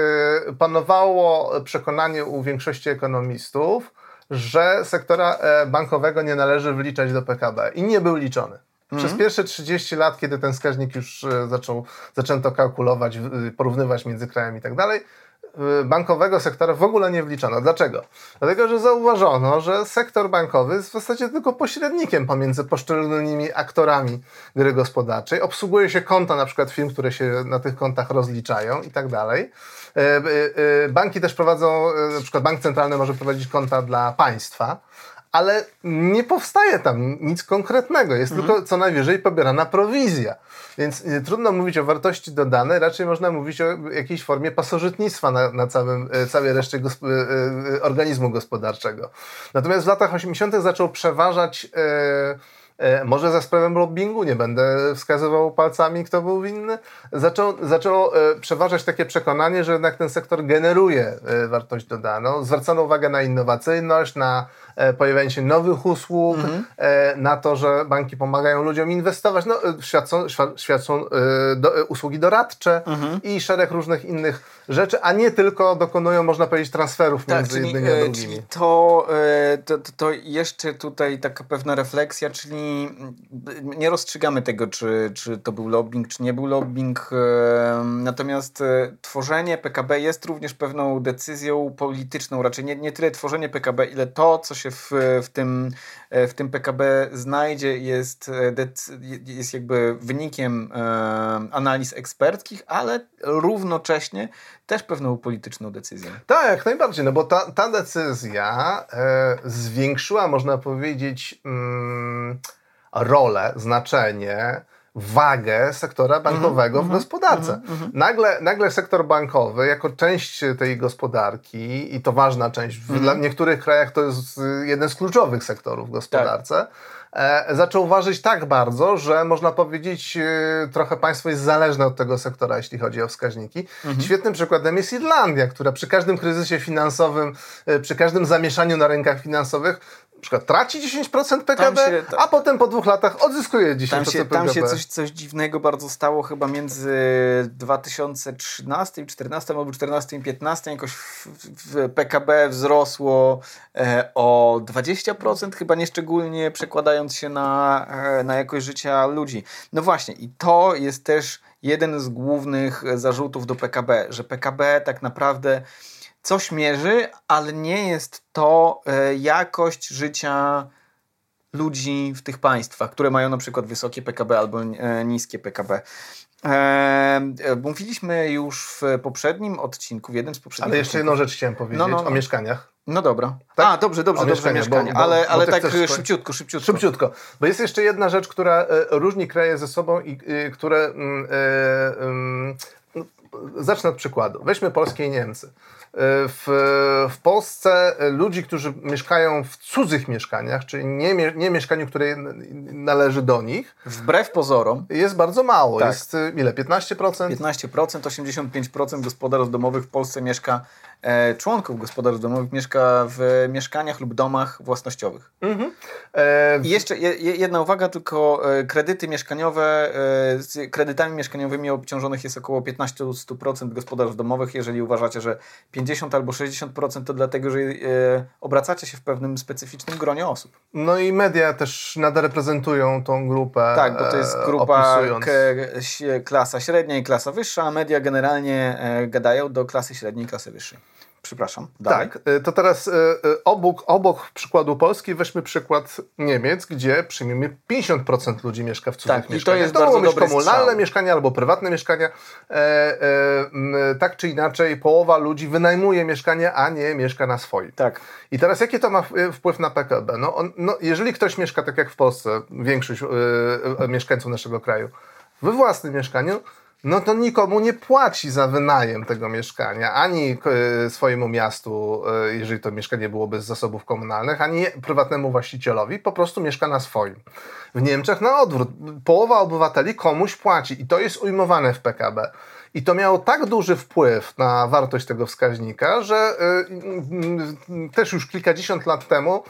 Panowało przekonanie u większości ekonomistów, że sektora bankowego nie należy wliczać do PKB i nie był liczony. Przez pierwsze 30 lat, kiedy ten wskaźnik już zaczęto kalkulować, porównywać między krajami i tak dalej, bankowego sektora w ogóle nie wliczono. Dlaczego? Dlatego, że zauważono, że sektor bankowy jest w zasadzie tylko pośrednikiem pomiędzy poszczególnymi aktorami gry gospodarczej. Obsługuje się konta na przykład firm, które się na tych kontach rozliczają i tak dalej. Banki też prowadzą, na przykład bank centralny może prowadzić konta dla państwa, ale nie powstaje tam nic konkretnego. Jest tylko co najwyżej pobierana prowizja. Więc trudno mówić o wartości dodanej, raczej można mówić o jakiejś formie pasożytnictwa na całej reszcie organizmu gospodarczego. Natomiast w latach 80. zaczął przeważać, może za sprawą lobbingu, nie będę wskazywał palcami, kto był winny, zaczęło przeważać takie przekonanie, że jednak ten sektor generuje wartość dodaną. Zwracano uwagę na innowacyjność, na pojawianie się nowych usług, na to, że banki pomagają ludziom inwestować, świadczą usługi doradcze i szereg różnych innych rzeczy, a nie tylko dokonują, można powiedzieć, transferów między jednymi a drugimi. Czyli to jeszcze tutaj taka pewna refleksja, czyli nie rozstrzygamy tego, czy to był lobbying, czy nie był lobbying, natomiast tworzenie PKB jest również pewną decyzją polityczną, raczej nie tyle tworzenie PKB, ile to, co się w tym PKB znajdzie, jest jakby wynikiem analiz eksperckich, ale równocześnie też pewną polityczną decyzją. Tak, jak najbardziej, no bo ta decyzja zwiększyła, można powiedzieć, rolę, znaczenie, wagę sektora bankowego w gospodarce. Nagle sektor bankowy jako część tej gospodarki, i to ważna część, w niektórych krajach to jest jeden z kluczowych sektorów w gospodarce, zaczął ważyć tak bardzo, że można powiedzieć, trochę państwo jest zależne od tego sektora, jeśli chodzi o wskaźniki. Świetnym przykładem jest Irlandia, która przy każdym kryzysie finansowym, przy każdym zamieszaniu na rynkach finansowych na przykład traci 10% PKB, a potem po 2 latach odzyskuje 10% PKB. Tam się coś dziwnego bardzo stało chyba między 2013, 2014 albo 2014 i 2015 jakoś w PKB wzrosło o 20%, chyba nieszczególnie przekładając się na jakość życia ludzi. No właśnie, i to jest też jeden z głównych zarzutów do PKB, że PKB tak naprawdę coś mierzy, ale nie jest to jakość życia ludzi w tych państwach, które mają na przykład wysokie PKB albo niskie PKB. Mówiliśmy już w poprzednim odcinku, w jednym z poprzednich. Ale jeszcze jedną rzecz chciałem powiedzieć o mieszkaniach. No dobra. Tak? Dobrze, mieszkania. Ale tak szybciutko. Szybciutko. Bo jest jeszcze jedna rzecz, która różni kraje ze sobą i które... Zacznę od przykładu. Weźmy Polskę i Niemcy. W Polsce ludzi, którzy mieszkają w cudzych mieszkaniach, czyli nie mieszkaniu, które należy do nich, wbrew pozorom, jest bardzo mało. Tak. Jest ile? 15%? 15%, 85% gospodarstw domowych w Polsce mieszka, członków gospodarstw domowych mieszka w mieszkaniach lub domach własnościowych. I jeszcze jedna uwaga, tylko kredyty mieszkaniowe, z kredytami mieszkaniowymi obciążonych jest około 15-100% gospodarstw domowych. Jeżeli uważacie, że 50 albo 60%, to dlatego, że obracacie się w pewnym specyficznym gronie osób. No i media też nadreprezentują tą grupę. Tak, bo to jest grupa klasa średnia i klasa wyższa, a media generalnie gadają do klasy średniej i klasy wyższej. Przepraszam. Dalej. Tak, to teraz obok przykładu Polski weźmy przykład Niemiec, gdzie przyjmiemy 50% ludzi mieszka w cudzych mieszkaniach. I to jest bardzo dobry komunalne strzał. mieszkania albo prywatne mieszkania. Tak czy inaczej połowa ludzi wynajmuje mieszkanie, a nie mieszka na swoim. Tak. I teraz jaki to ma wpływ na PKB? Jeżeli ktoś mieszka tak jak w Polsce, większość mieszkańców naszego kraju, we własnym mieszkaniu, no to nikomu nie płaci za wynajem tego mieszkania, ani swojemu miastu, jeżeli to mieszkanie byłoby z zasobów komunalnych, ani prywatnemu właścicielowi, po prostu mieszka na swoim. W Niemczech na odwrót, połowa obywateli komuś płaci i to jest ujmowane w PKB. I to miało tak duży wpływ na wartość tego wskaźnika, że też już kilkadziesiąt lat temu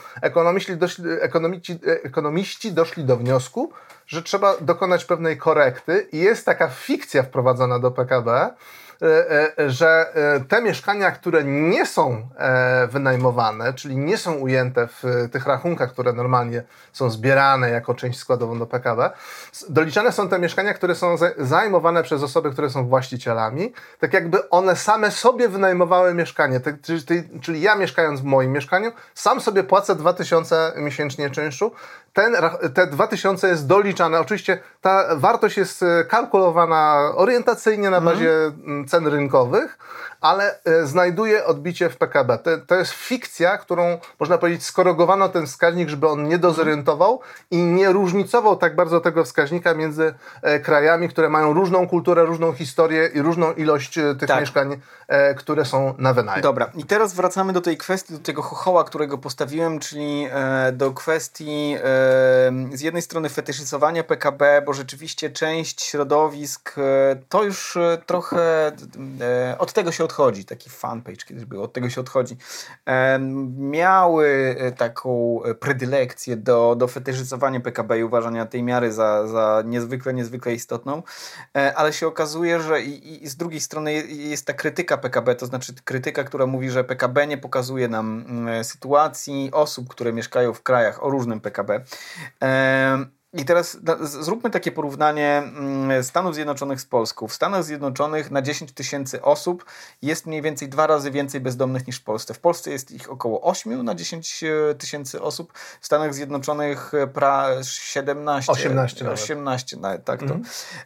ekonomiści doszli do wniosku, że trzeba dokonać pewnej korekty i jest taka fikcja wprowadzona do PKB, że te mieszkania, które nie są wynajmowane, czyli nie są ujęte w tych rachunkach, które normalnie są zbierane jako część składową do PKB, doliczane są te mieszkania, które są zajmowane przez osoby, które są właścicielami, tak jakby one same sobie wynajmowały mieszkanie. Czyli ja mieszkając w moim mieszkaniu, sam sobie płacę 2000 miesięcznie czynszu. Te 2000 jest doliczane. Oczywiście ta wartość jest kalkulowana orientacyjnie na bazie cen rynkowych, ale znajduje odbicie w PKB. To jest fikcja, którą można powiedzieć skorygowano ten wskaźnik, żeby on nie dozorientował i nie różnicował tak bardzo tego wskaźnika między krajami, które mają różną kulturę, różną historię i różną ilość tych mieszkań, które są na wynajem. Dobra, i teraz wracamy do tej kwestii, do tego chochoła, którego postawiłem, czyli do kwestii z jednej strony fetyszyzowania PKB, bo rzeczywiście część środowisk to już trochę od tego się odchodzi, taki fanpage kiedyś był, od tego się odchodzi. Miały taką predylekcję do fetyszyzowania PKB i uważania tej miary za niezwykle istotną, ale się okazuje, że i z drugiej strony jest ta krytyka PKB, to znaczy krytyka, która mówi, że PKB nie pokazuje nam sytuacji osób, które mieszkają w krajach o różnym PKB. I teraz zróbmy takie porównanie Stanów Zjednoczonych z Polską. W Stanach Zjednoczonych na 10 tysięcy osób jest mniej więcej 2 razy więcej bezdomnych niż w Polsce. W Polsce jest ich około 8 na 10 tysięcy osób. W Stanach Zjednoczonych 17. 18 nawet, tak to.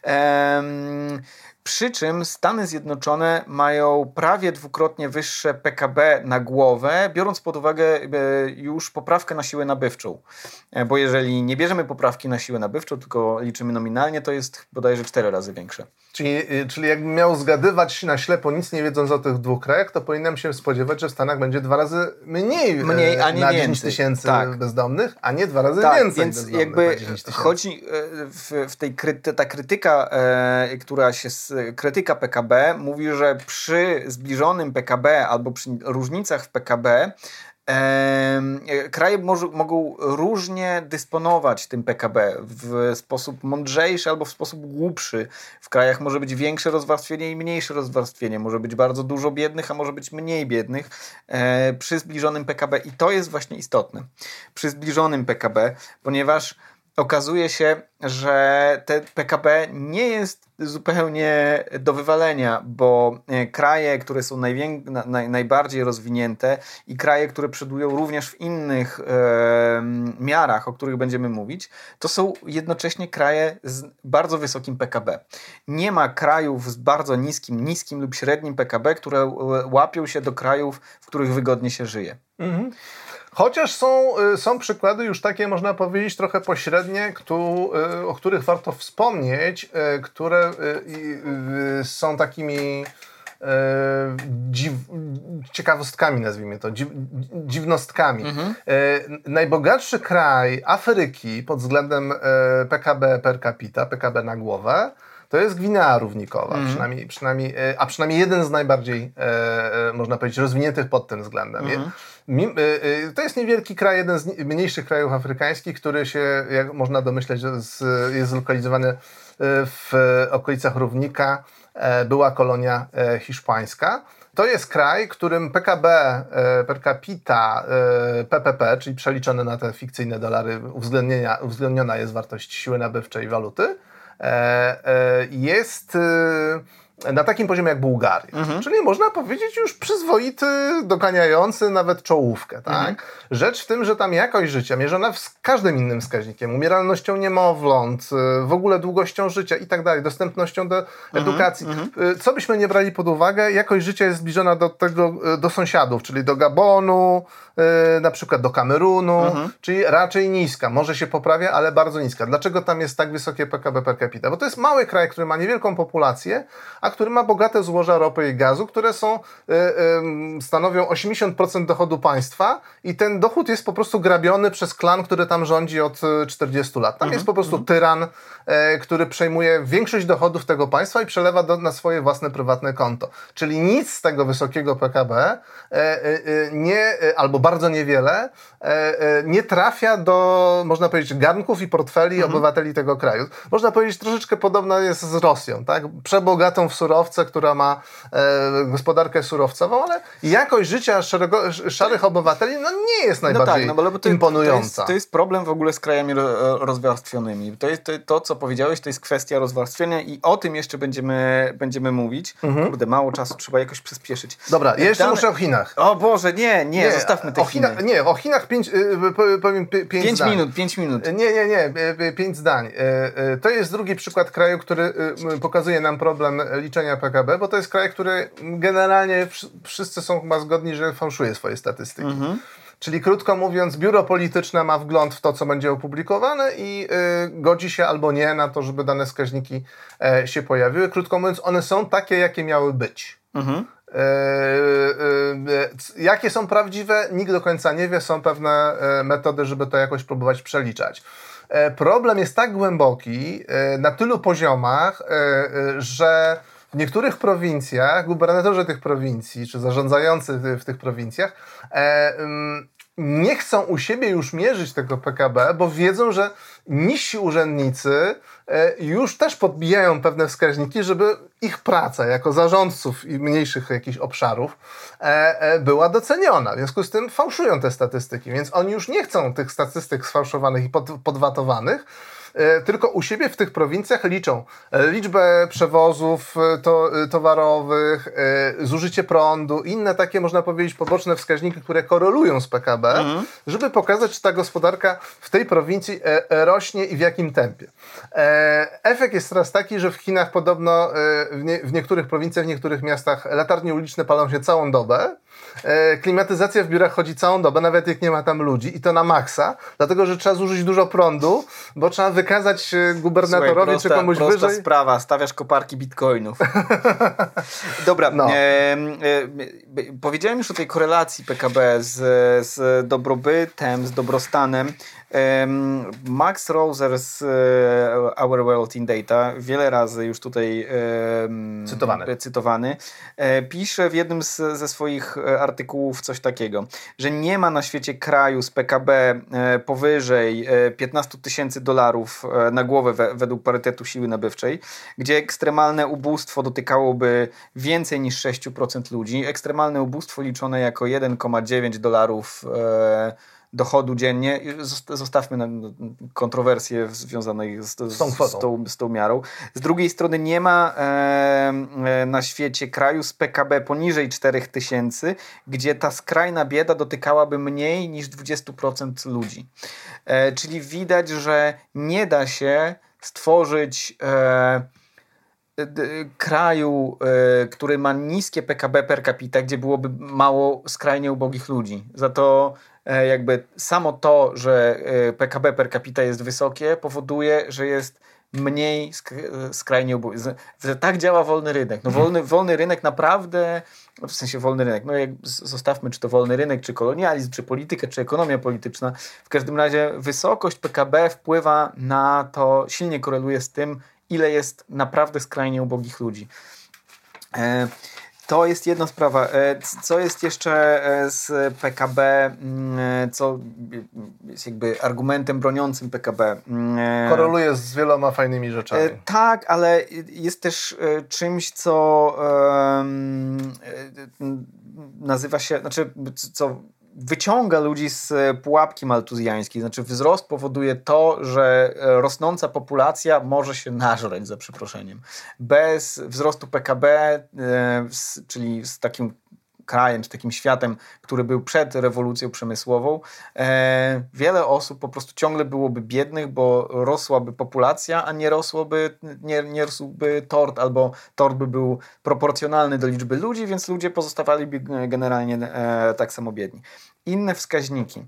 Przy czym Stany Zjednoczone mają prawie dwukrotnie wyższe PKB na głowę, biorąc pod uwagę już poprawkę na siłę nabywczą. Bo jeżeli nie bierzemy poprawki na siłę nabywczą, tylko liczymy nominalnie, to jest bodajże 4 razy większe. Czyli jakbym miał zgadywać na ślepo, nic nie wiedząc o tych dwóch krajach, to powinienem się spodziewać, że w Stanach będzie 2 razy mniej a nie na więcej. 10 tysięcy bezdomnych, a nie 2 razy więcej więc bezdomnych jakby na 10 tysięcy. chodzi w tej ta krytyka, krytyka PKB mówi, że przy zbliżonym PKB albo przy różnicach w PKB kraje mogą różnie dysponować tym PKB w sposób mądrzejszy albo w sposób głupszy. W krajach może być większe rozwarstwienie i mniejsze rozwarstwienie. Może być bardzo dużo biednych, a może być mniej biednych przy zbliżonym PKB. I to jest właśnie istotne. Przy zbliżonym PKB, ponieważ okazuje się, że te PKB nie jest zupełnie do wywalenia, bo kraje, które są najbardziej rozwinięte i kraje, które przodują również w innych miarach, o których będziemy mówić, to są jednocześnie kraje z bardzo wysokim PKB. Nie ma krajów z bardzo niskim lub średnim PKB, które łapią się do krajów, w których wygodnie się żyje. Mhm. Chociaż są przykłady już takie, można powiedzieć, trochę pośrednie, o których warto wspomnieć, które są takimi ciekawostkami, nazwijmy to, dziwnostkami. Mhm. Najbogatszy kraj Afryki pod względem PKB per capita, PKB na głowę, to jest Gwinea Równikowa, przynajmniej jeden z najbardziej, można powiedzieć, rozwiniętych pod tym względem. To jest niewielki kraj, jeden z mniejszych krajów afrykańskich, który się, jak można domyśleć, jest zlokalizowany w okolicach równika. Była kolonia hiszpańska. To jest kraj, którym PKB per capita PPP, czyli przeliczone na te fikcyjne dolary, uwzględniona jest wartość siły nabywczej waluty, jest na takim poziomie jak Bułgaria. Mhm. Czyli można powiedzieć już przyzwoity, doganiający nawet czołówkę. Tak? Mhm. Rzecz w tym, że tam jakość życia mierzona z każdym innym wskaźnikiem, umieralnością niemowląt, w ogóle długością życia i tak dalej, dostępnością do edukacji. Co byśmy nie brali pod uwagę, jakość życia jest zbliżona do sąsiadów, czyli do Gabonu, na przykład do Kamerunu, czyli raczej niska. Może się poprawia, ale bardzo niska. Dlaczego tam jest tak wysokie PKB per capita? Bo to jest mały kraj, który ma niewielką populację, a który ma bogate złoża ropy i gazu, które stanowią 80% dochodu państwa i ten dochód jest po prostu grabiony przez klan, który tam rządzi od 40 lat. Tam jest po prostu tyran, który przejmuje większość dochodów tego państwa i przelewa na swoje własne prywatne konto. Czyli nic z tego wysokiego PKB albo bardzo niewiele nie trafia do, można powiedzieć, garnków i portfeli obywateli tego kraju. Można powiedzieć, troszeczkę podobna jest z Rosją, tak? Przebogatą w surowce, która ma gospodarkę surowcową, ale jakość życia szarych obywateli nie jest najbardziej imponująca. To jest problem w ogóle z krajami rozwarstwionymi. To, co powiedziałeś, to jest kwestia rozwarstwienia i o tym jeszcze będziemy mówić. Kurde, mało czasu, trzeba jakoś przyspieszyć. Dobra, jeszcze muszę o Chinach. O Boże, nie, zostawmy te Chiny. O Chinach powiem 5 zdań. 5 minut. Nie, 5 zdań. To jest drugi przykład kraju, który pokazuje nam problem liczenia PKB, bo to jest kraj, który generalnie wszyscy są chyba zgodni, że fałszuje swoje statystyki. Czyli krótko mówiąc, biuro polityczne ma wgląd w to, co będzie opublikowane i godzi się albo nie na to, żeby dane wskaźniki się pojawiły. Krótko mówiąc, one są takie, jakie miały być. Jakie są prawdziwe, nikt do końca nie wie. Są pewne metody, żeby to jakoś próbować przeliczać. Problem jest tak głęboki na tylu poziomach, że w niektórych prowincjach gubernatorzy tych prowincji, czy zarządzający w tych prowincjach nie chcą u siebie już mierzyć tego PKB, bo wiedzą, że niżsi urzędnicy już też podbijają pewne wskaźniki, żeby ich praca jako zarządców i mniejszych jakichś obszarów była doceniona. W związku z tym fałszują te statystyki, więc oni już nie chcą tych statystyk sfałszowanych i podwatowanych, tylko u siebie w tych prowincjach liczą liczbę przewozów towarowych, zużycie prądu, inne takie, można powiedzieć, poboczne wskaźniki, które korelują z PKB, żeby pokazać, czy ta gospodarka w tej prowincji rośnie i w jakim tempie. Efekt jest teraz taki, że w Chinach podobno w niektórych prowincjach, w niektórych miastach latarnie uliczne palą się całą dobę, klimatyzacja w biurach chodzi całą dobę, nawet jak nie ma tam ludzi i to na maksa, dlatego, że trzeba zużyć dużo prądu, bo trzeba wykazać gubernatorowi czy komuś wyżej. Prosta sprawa, stawiasz koparki bitcoinów. Dobra, powiedziałem już o tej korelacji PKB z dobrobytem, z dobrostanem. Max Roser z Our World in Data, wiele razy już tutaj cytowany, pisze w jednym ze swoich artykułów coś takiego, że nie ma na świecie kraju z PKB powyżej $15,000 na głowę według parytetu siły nabywczej, gdzie ekstremalne ubóstwo dotykałoby więcej niż 6% ludzi. Ekstremalne ubóstwo liczone jako $1,9 dochodu dziennie. Zostawmy kontrowersje związane z tą miarą. Z drugiej strony nie ma na świecie kraju z PKB poniżej 4,000, gdzie ta skrajna bieda dotykałaby mniej niż 20% ludzi. Czyli widać, że nie da się stworzyć kraju, który ma niskie PKB per capita, gdzie byłoby mało skrajnie ubogich ludzi. Za to jakby samo to, że PKB per capita jest wysokie, powoduje, że jest mniej skrajnie ubogich. Tak działa wolny rynek. No wolny rynek naprawdę, w sensie wolny rynek, no jak zostawmy, czy to wolny rynek, czy kolonializm, czy polityka, czy ekonomia polityczna. W każdym razie wysokość PKB wpływa na to, silnie koreluje z tym, ile jest naprawdę skrajnie ubogich ludzi. To jest jedna sprawa. Co jest jeszcze z PKB, co jest jakby argumentem broniącym PKB? Koreluje z wieloma fajnymi rzeczami. Tak, ale jest też czymś, co nazywa się, co wyciąga ludzi z pułapki maltuzjańskiej. Znaczy wzrost powoduje to, że rosnąca populacja może się nażreć, za przeproszeniem. Bez wzrostu PKB, czyli z takim krajem, czy takim światem, który był przed rewolucją przemysłową, wiele osób po prostu ciągle byłoby biednych, bo rosłaby populacja, a nie rósłby tort, albo tort by był proporcjonalny do liczby ludzi, więc ludzie pozostawaliby generalnie tak samo biedni. Inne wskaźniki,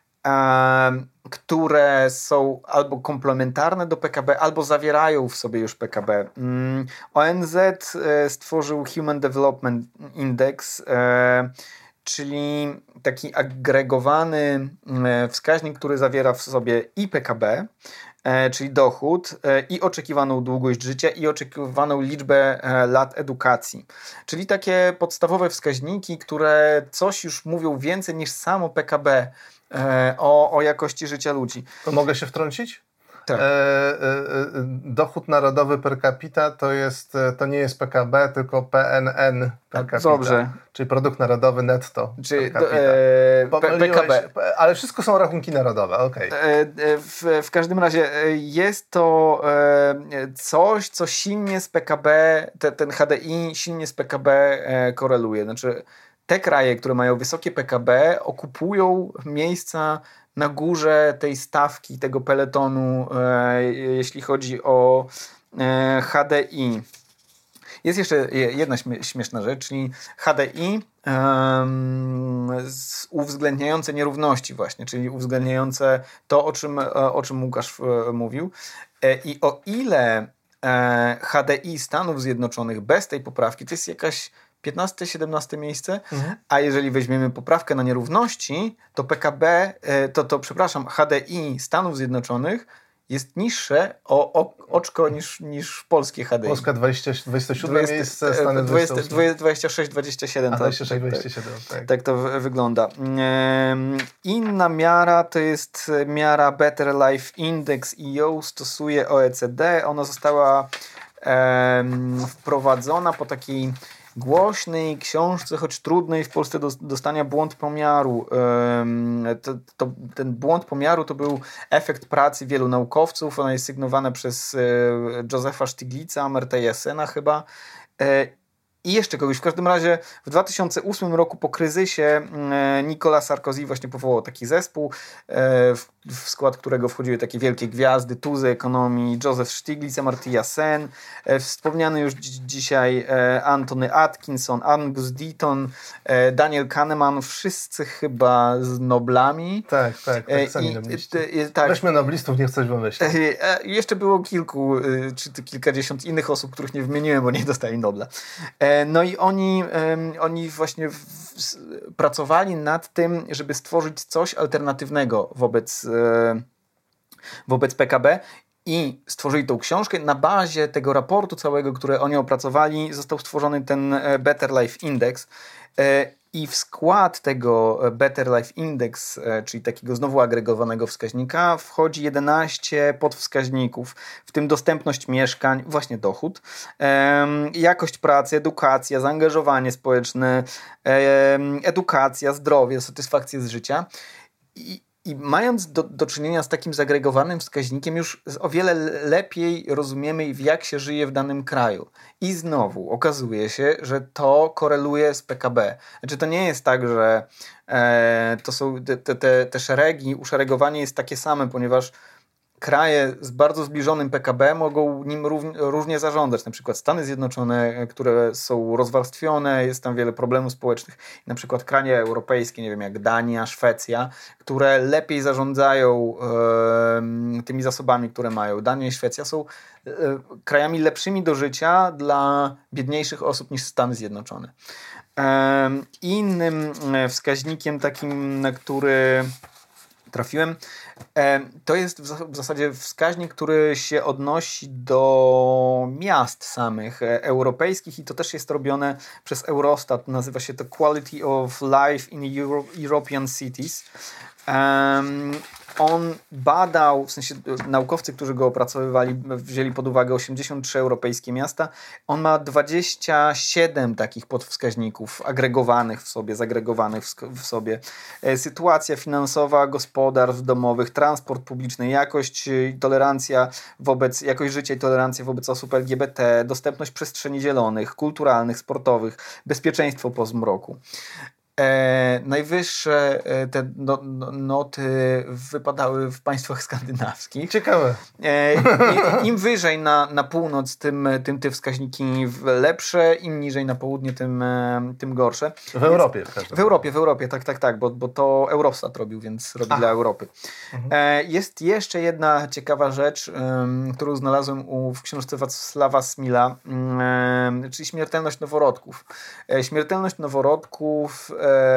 które są albo komplementarne do PKB, albo zawierają w sobie już PKB. ONZ stworzył Human Development Index, czyli taki agregowany wskaźnik, który zawiera w sobie i PKB, czyli dochód, i oczekiwaną długość życia, i oczekiwaną liczbę lat edukacji. Czyli takie podstawowe wskaźniki, które coś już mówią więcej niż samo PKB o jakości życia ludzi. To mogę się wtrącić? Tak. Dochód narodowy per capita to nie jest PKB, tylko PNN per capita. Dobrze. Czyli produkt narodowy netto per capita. PKB. Ale wszystko są rachunki narodowe, okej. W każdym razie jest to coś, co silnie z PKB, ten HDI silnie z PKB koreluje. Znaczy te kraje, które mają wysokie PKB, okupują miejsca na górze tej stawki, tego peletonu, jeśli chodzi o HDI. Jest jeszcze jedna śmieszna rzecz, czyli HDI uwzględniające nierówności właśnie, czyli uwzględniające to, o czym Łukasz mówił. I o ile HDI Stanów Zjednoczonych bez tej poprawki to jest jakaś 15-17 miejsce, a jeżeli weźmiemy poprawkę na nierówności, to PKB, HDI Stanów Zjednoczonych jest niższe o oczko niż polskie HDI. Polska 27 miejsce, Stany 26-27. 26-27, tak to wygląda. Inna miara to jest miara Better Life Index i ją stosuje OECD. Ona została wprowadzona po takiej głośnej książce, choć trudnej w Polsce do dostania, Błąd pomiaru. Ten błąd pomiaru to był efekt pracy wielu naukowców. Ona jest sygnowana przez Josepha Stiglitza, Amartya Sena chyba i jeszcze kogoś. W każdym razie w 2008 roku po kryzysie Nicolas Sarkozy właśnie powołał taki zespół, w skład którego wchodziły takie wielkie gwiazdy, tuzy ekonomii, Joseph Stiglitz, Amartya Sen, wspomniany już dzisiaj Anthony Atkinson, Angus Deaton, Daniel Kahneman, wszyscy chyba z Noblami. Tak, sami nobliści. Weźmy noblistów, niech coś wymyślą. Jeszcze było kilku, czy kilkadziesiąt innych osób, których nie wymieniłem, bo nie dostali Nobla. No i oni właśnie pracowali nad tym, żeby stworzyć coś alternatywnego wobec PKB i stworzyli tą książkę. Na bazie tego raportu całego, który oni opracowali, został stworzony ten Better Life Index. I w skład tego Better Life Index, czyli takiego znowu agregowanego wskaźnika, wchodzi 11 podwskaźników, w tym dostępność mieszkań, właśnie dochód, jakość pracy, edukacja, zaangażowanie społeczne, edukacja, zdrowie, satysfakcja z życia. I mając do czynienia z takim zagregowanym wskaźnikiem, już o wiele lepiej rozumiemy, jak się żyje w danym kraju. I znowu okazuje się, że to koreluje z PKB. Znaczy to nie jest tak, że to są te szeregi, uszeregowanie jest takie same, ponieważ kraje z bardzo zbliżonym PKB mogą nim różnie zarządzać. Na przykład Stany Zjednoczone, które są rozwarstwione, jest tam wiele problemów społecznych. Na przykład kraje europejskie, nie wiem, jak Dania, Szwecja, które lepiej zarządzają tymi zasobami, które mają. Dania i Szwecja są krajami lepszymi do życia dla biedniejszych osób niż Stany Zjednoczone. Innym wskaźnikiem takim, na który trafiłem, to jest w zasadzie wskaźnik, który się odnosi do miast samych europejskich i to też jest robione przez Eurostat. Nazywa się to Quality of Life in European Cities. On badał, w sensie naukowcy, którzy go opracowywali, wzięli pod uwagę 83 europejskie miasta. On ma 27 takich podwskaźników agregowanych w sobie, zagregowanych w sobie. Sytuacja finansowa, gospodarstw domowych, transport publiczny, jakość i tolerancja jakość życia i tolerancja wobec osób LGBT, dostępność przestrzeni zielonych, kulturalnych, sportowych, bezpieczeństwo po zmroku. Najwyższe te noty wypadały w państwach skandynawskich. Ciekawe. Im wyżej na północ, tym te wskaźniki lepsze, im niżej na południe, tym gorsze. W Europie. W Europie, tak, bo to Eurostat robił, więc robi dla Europy. Jest jeszcze jedna ciekawa rzecz, którą znalazłem w książce Wacława Smila, czyli śmiertelność noworodków. Śmiertelność noworodków,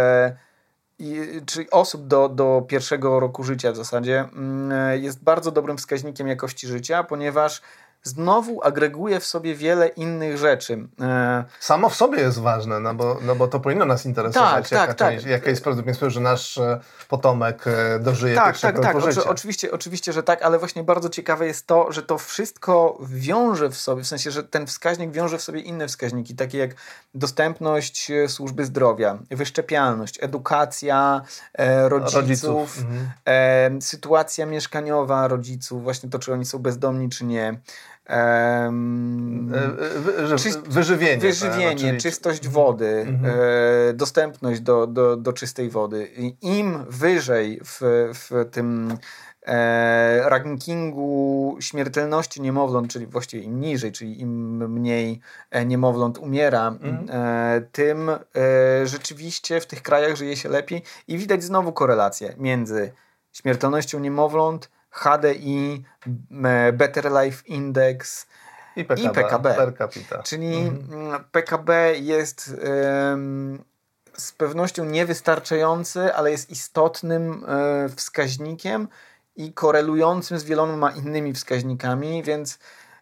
czyli osób do pierwszego roku życia w zasadzie, jest bardzo dobrym wskaźnikiem jakości życia, ponieważ znowu agreguje w sobie wiele innych rzeczy. Samo w sobie jest ważne, no bo to powinno nas interesować, jaka jest prawdopodobieństwo, że nasz potomek dożyje tych tak. życia. Oczywiście, że tak, ale właśnie bardzo ciekawe jest to, że to wszystko wiąże w sobie, w sensie, że ten wskaźnik wiąże w sobie inne wskaźniki, takie jak dostępność służby zdrowia, wyszczepialność, edukacja rodziców. Sytuacja mieszkaniowa rodziców, właśnie to, czy oni są bezdomni, czy nie. Wyżywienie, czystość wody, dostępność do czystej wody. Im wyżej w tym rankingu śmiertelności niemowląt, czyli właściwie im niżej, czyli im mniej niemowląt umiera, tym rzeczywiście w tych krajach żyje się lepiej i widać znowu korelację między śmiertelnością niemowląt, HDI, Better Life Index i PKB. Per capita. Czyli PKB jest z pewnością niewystarczający, ale jest istotnym wskaźnikiem i korelującym z wieloma innymi wskaźnikami, więc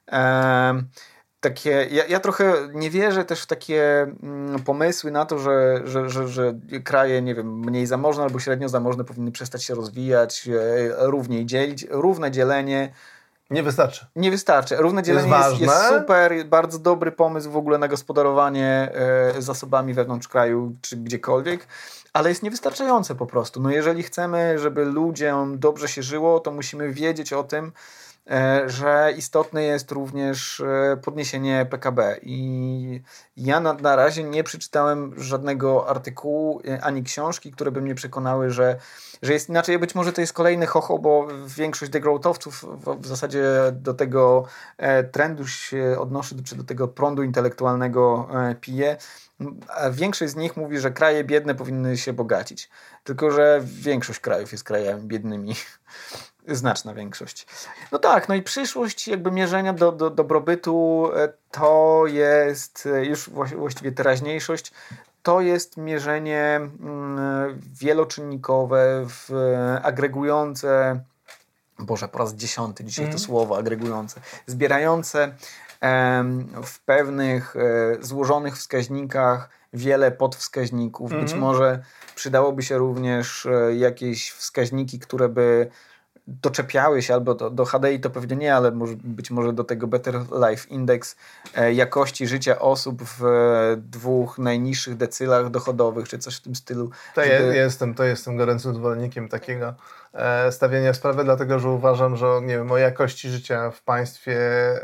ja trochę nie wierzę też w takie pomysły na to, że kraje, nie wiem, mniej zamożne albo średnio zamożne powinny przestać się rozwijać, równiej dzielić. Równe dzielenie nie wystarczy. Równe dzielenie jest super, bardzo dobry pomysł w ogóle na gospodarowanie zasobami wewnątrz kraju czy gdziekolwiek, ale jest niewystarczające po prostu. No jeżeli chcemy, żeby ludziom dobrze się żyło, to musimy wiedzieć o tym, że istotne jest również podniesienie PKB i ja na razie nie przeczytałem żadnego artykułu ani książki, które by mnie przekonały, że jest inaczej. Być może to jest kolejny chocho, bo większość degrowthowców w zasadzie do tego trendu się odnoszy, czy do tego prądu intelektualnego pije. Większość z nich mówi, że kraje biedne powinny się bogacić. Tylko że większość krajów jest krajami biednymi. Znaczna większość. No tak, no i przyszłość jakby mierzenia do dobrobytu to jest już właściwie teraźniejszość. To jest mierzenie wieloczynnikowe, agregujące, Boże, po raz 10 dzisiaj to słowo, agregujące, zbierające w pewnych złożonych wskaźnikach wiele podwskaźników. Być może przydałoby się również jakieś wskaźniki, które by doczepiały się albo do HDI to pewnie nie, ale być może do tego Better Life Index jakości życia osób w 2 najniższych decylach dochodowych, czy coś w tym stylu. To jestem gorącym zwolennikiem takiego stawiania sprawy, dlatego że uważam, że nie wiem, o jakości życia w państwie,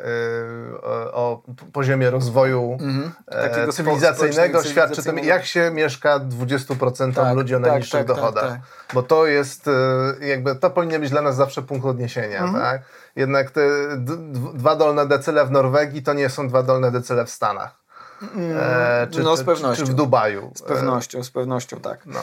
o poziomie rozwoju cywilizacyjnego świadczy tym, jak się mieszka 20% ludzi o najniższych dochodach. Bo to jest jakby, to powinien być dla nas zawsze punkt odniesienia, tak? Jednak te 2 dolne decyle w Norwegii to nie są 2 dolne decyle w Stanach. Z pewnością. Czy w Dubaju. Z pewnością tak. No.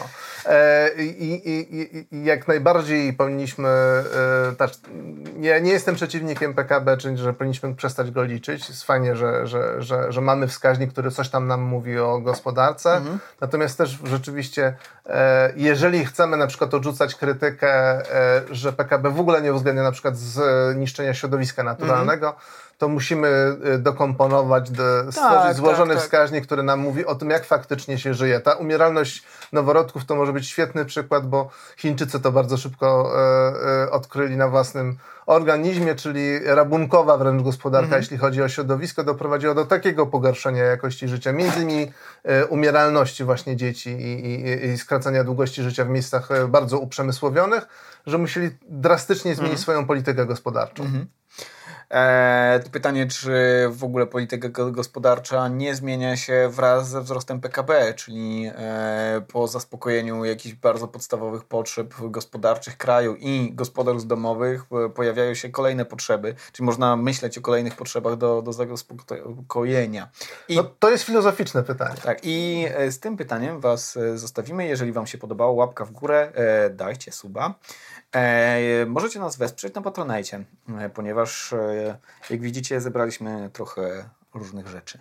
I jak najbardziej powinniśmy ja nie jestem przeciwnikiem PKB, czyli że powinniśmy przestać go liczyć. Jest fajnie, że mamy wskaźnik, który coś tam nam mówi o gospodarce. Natomiast też rzeczywiście jeżeli chcemy na przykład odrzucać krytykę, że PKB w ogóle nie uwzględnia na przykład zniszczenia środowiska naturalnego, to musimy dokomponować, stworzyć złożony wskaźnik, który nam mówi o tym, jak faktycznie się żyje. Ta umieralność noworodków to może być świetny przykład, bo Chińczycy to bardzo szybko odkryli na własnym organizmie, czyli rabunkowa wręcz gospodarka, jeśli chodzi o środowisko, doprowadziła do takiego pogorszenia jakości życia, między innymi umieralności właśnie dzieci i skracania długości życia w miejscach bardzo uprzemysłowionych, że musieli drastycznie zmienić swoją politykę gospodarczą. Pytanie, czy w ogóle polityka gospodarcza nie zmienia się wraz ze wzrostem PKB, czyli po zaspokojeniu jakichś bardzo podstawowych potrzeb gospodarczych kraju i gospodarstw domowych pojawiają się kolejne potrzeby, czyli można myśleć o kolejnych potrzebach do zaspokojenia. No, to jest filozoficzne pytanie. Tak, i z tym pytaniem Was zostawimy. Jeżeli Wam się podobało, łapka w górę, dajcie suba. Możecie nas wesprzeć na Patronite, ponieważ jak widzicie, zebraliśmy trochę różnych rzeczy.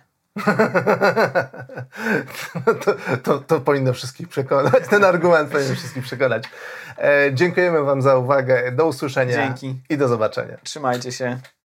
To powinno wszystkich przekonać. Ten argument powinien wszystkich przekonać. Dziękujemy Wam za uwagę. Do usłyszenia. Dzięki. I do zobaczenia. Trzymajcie się.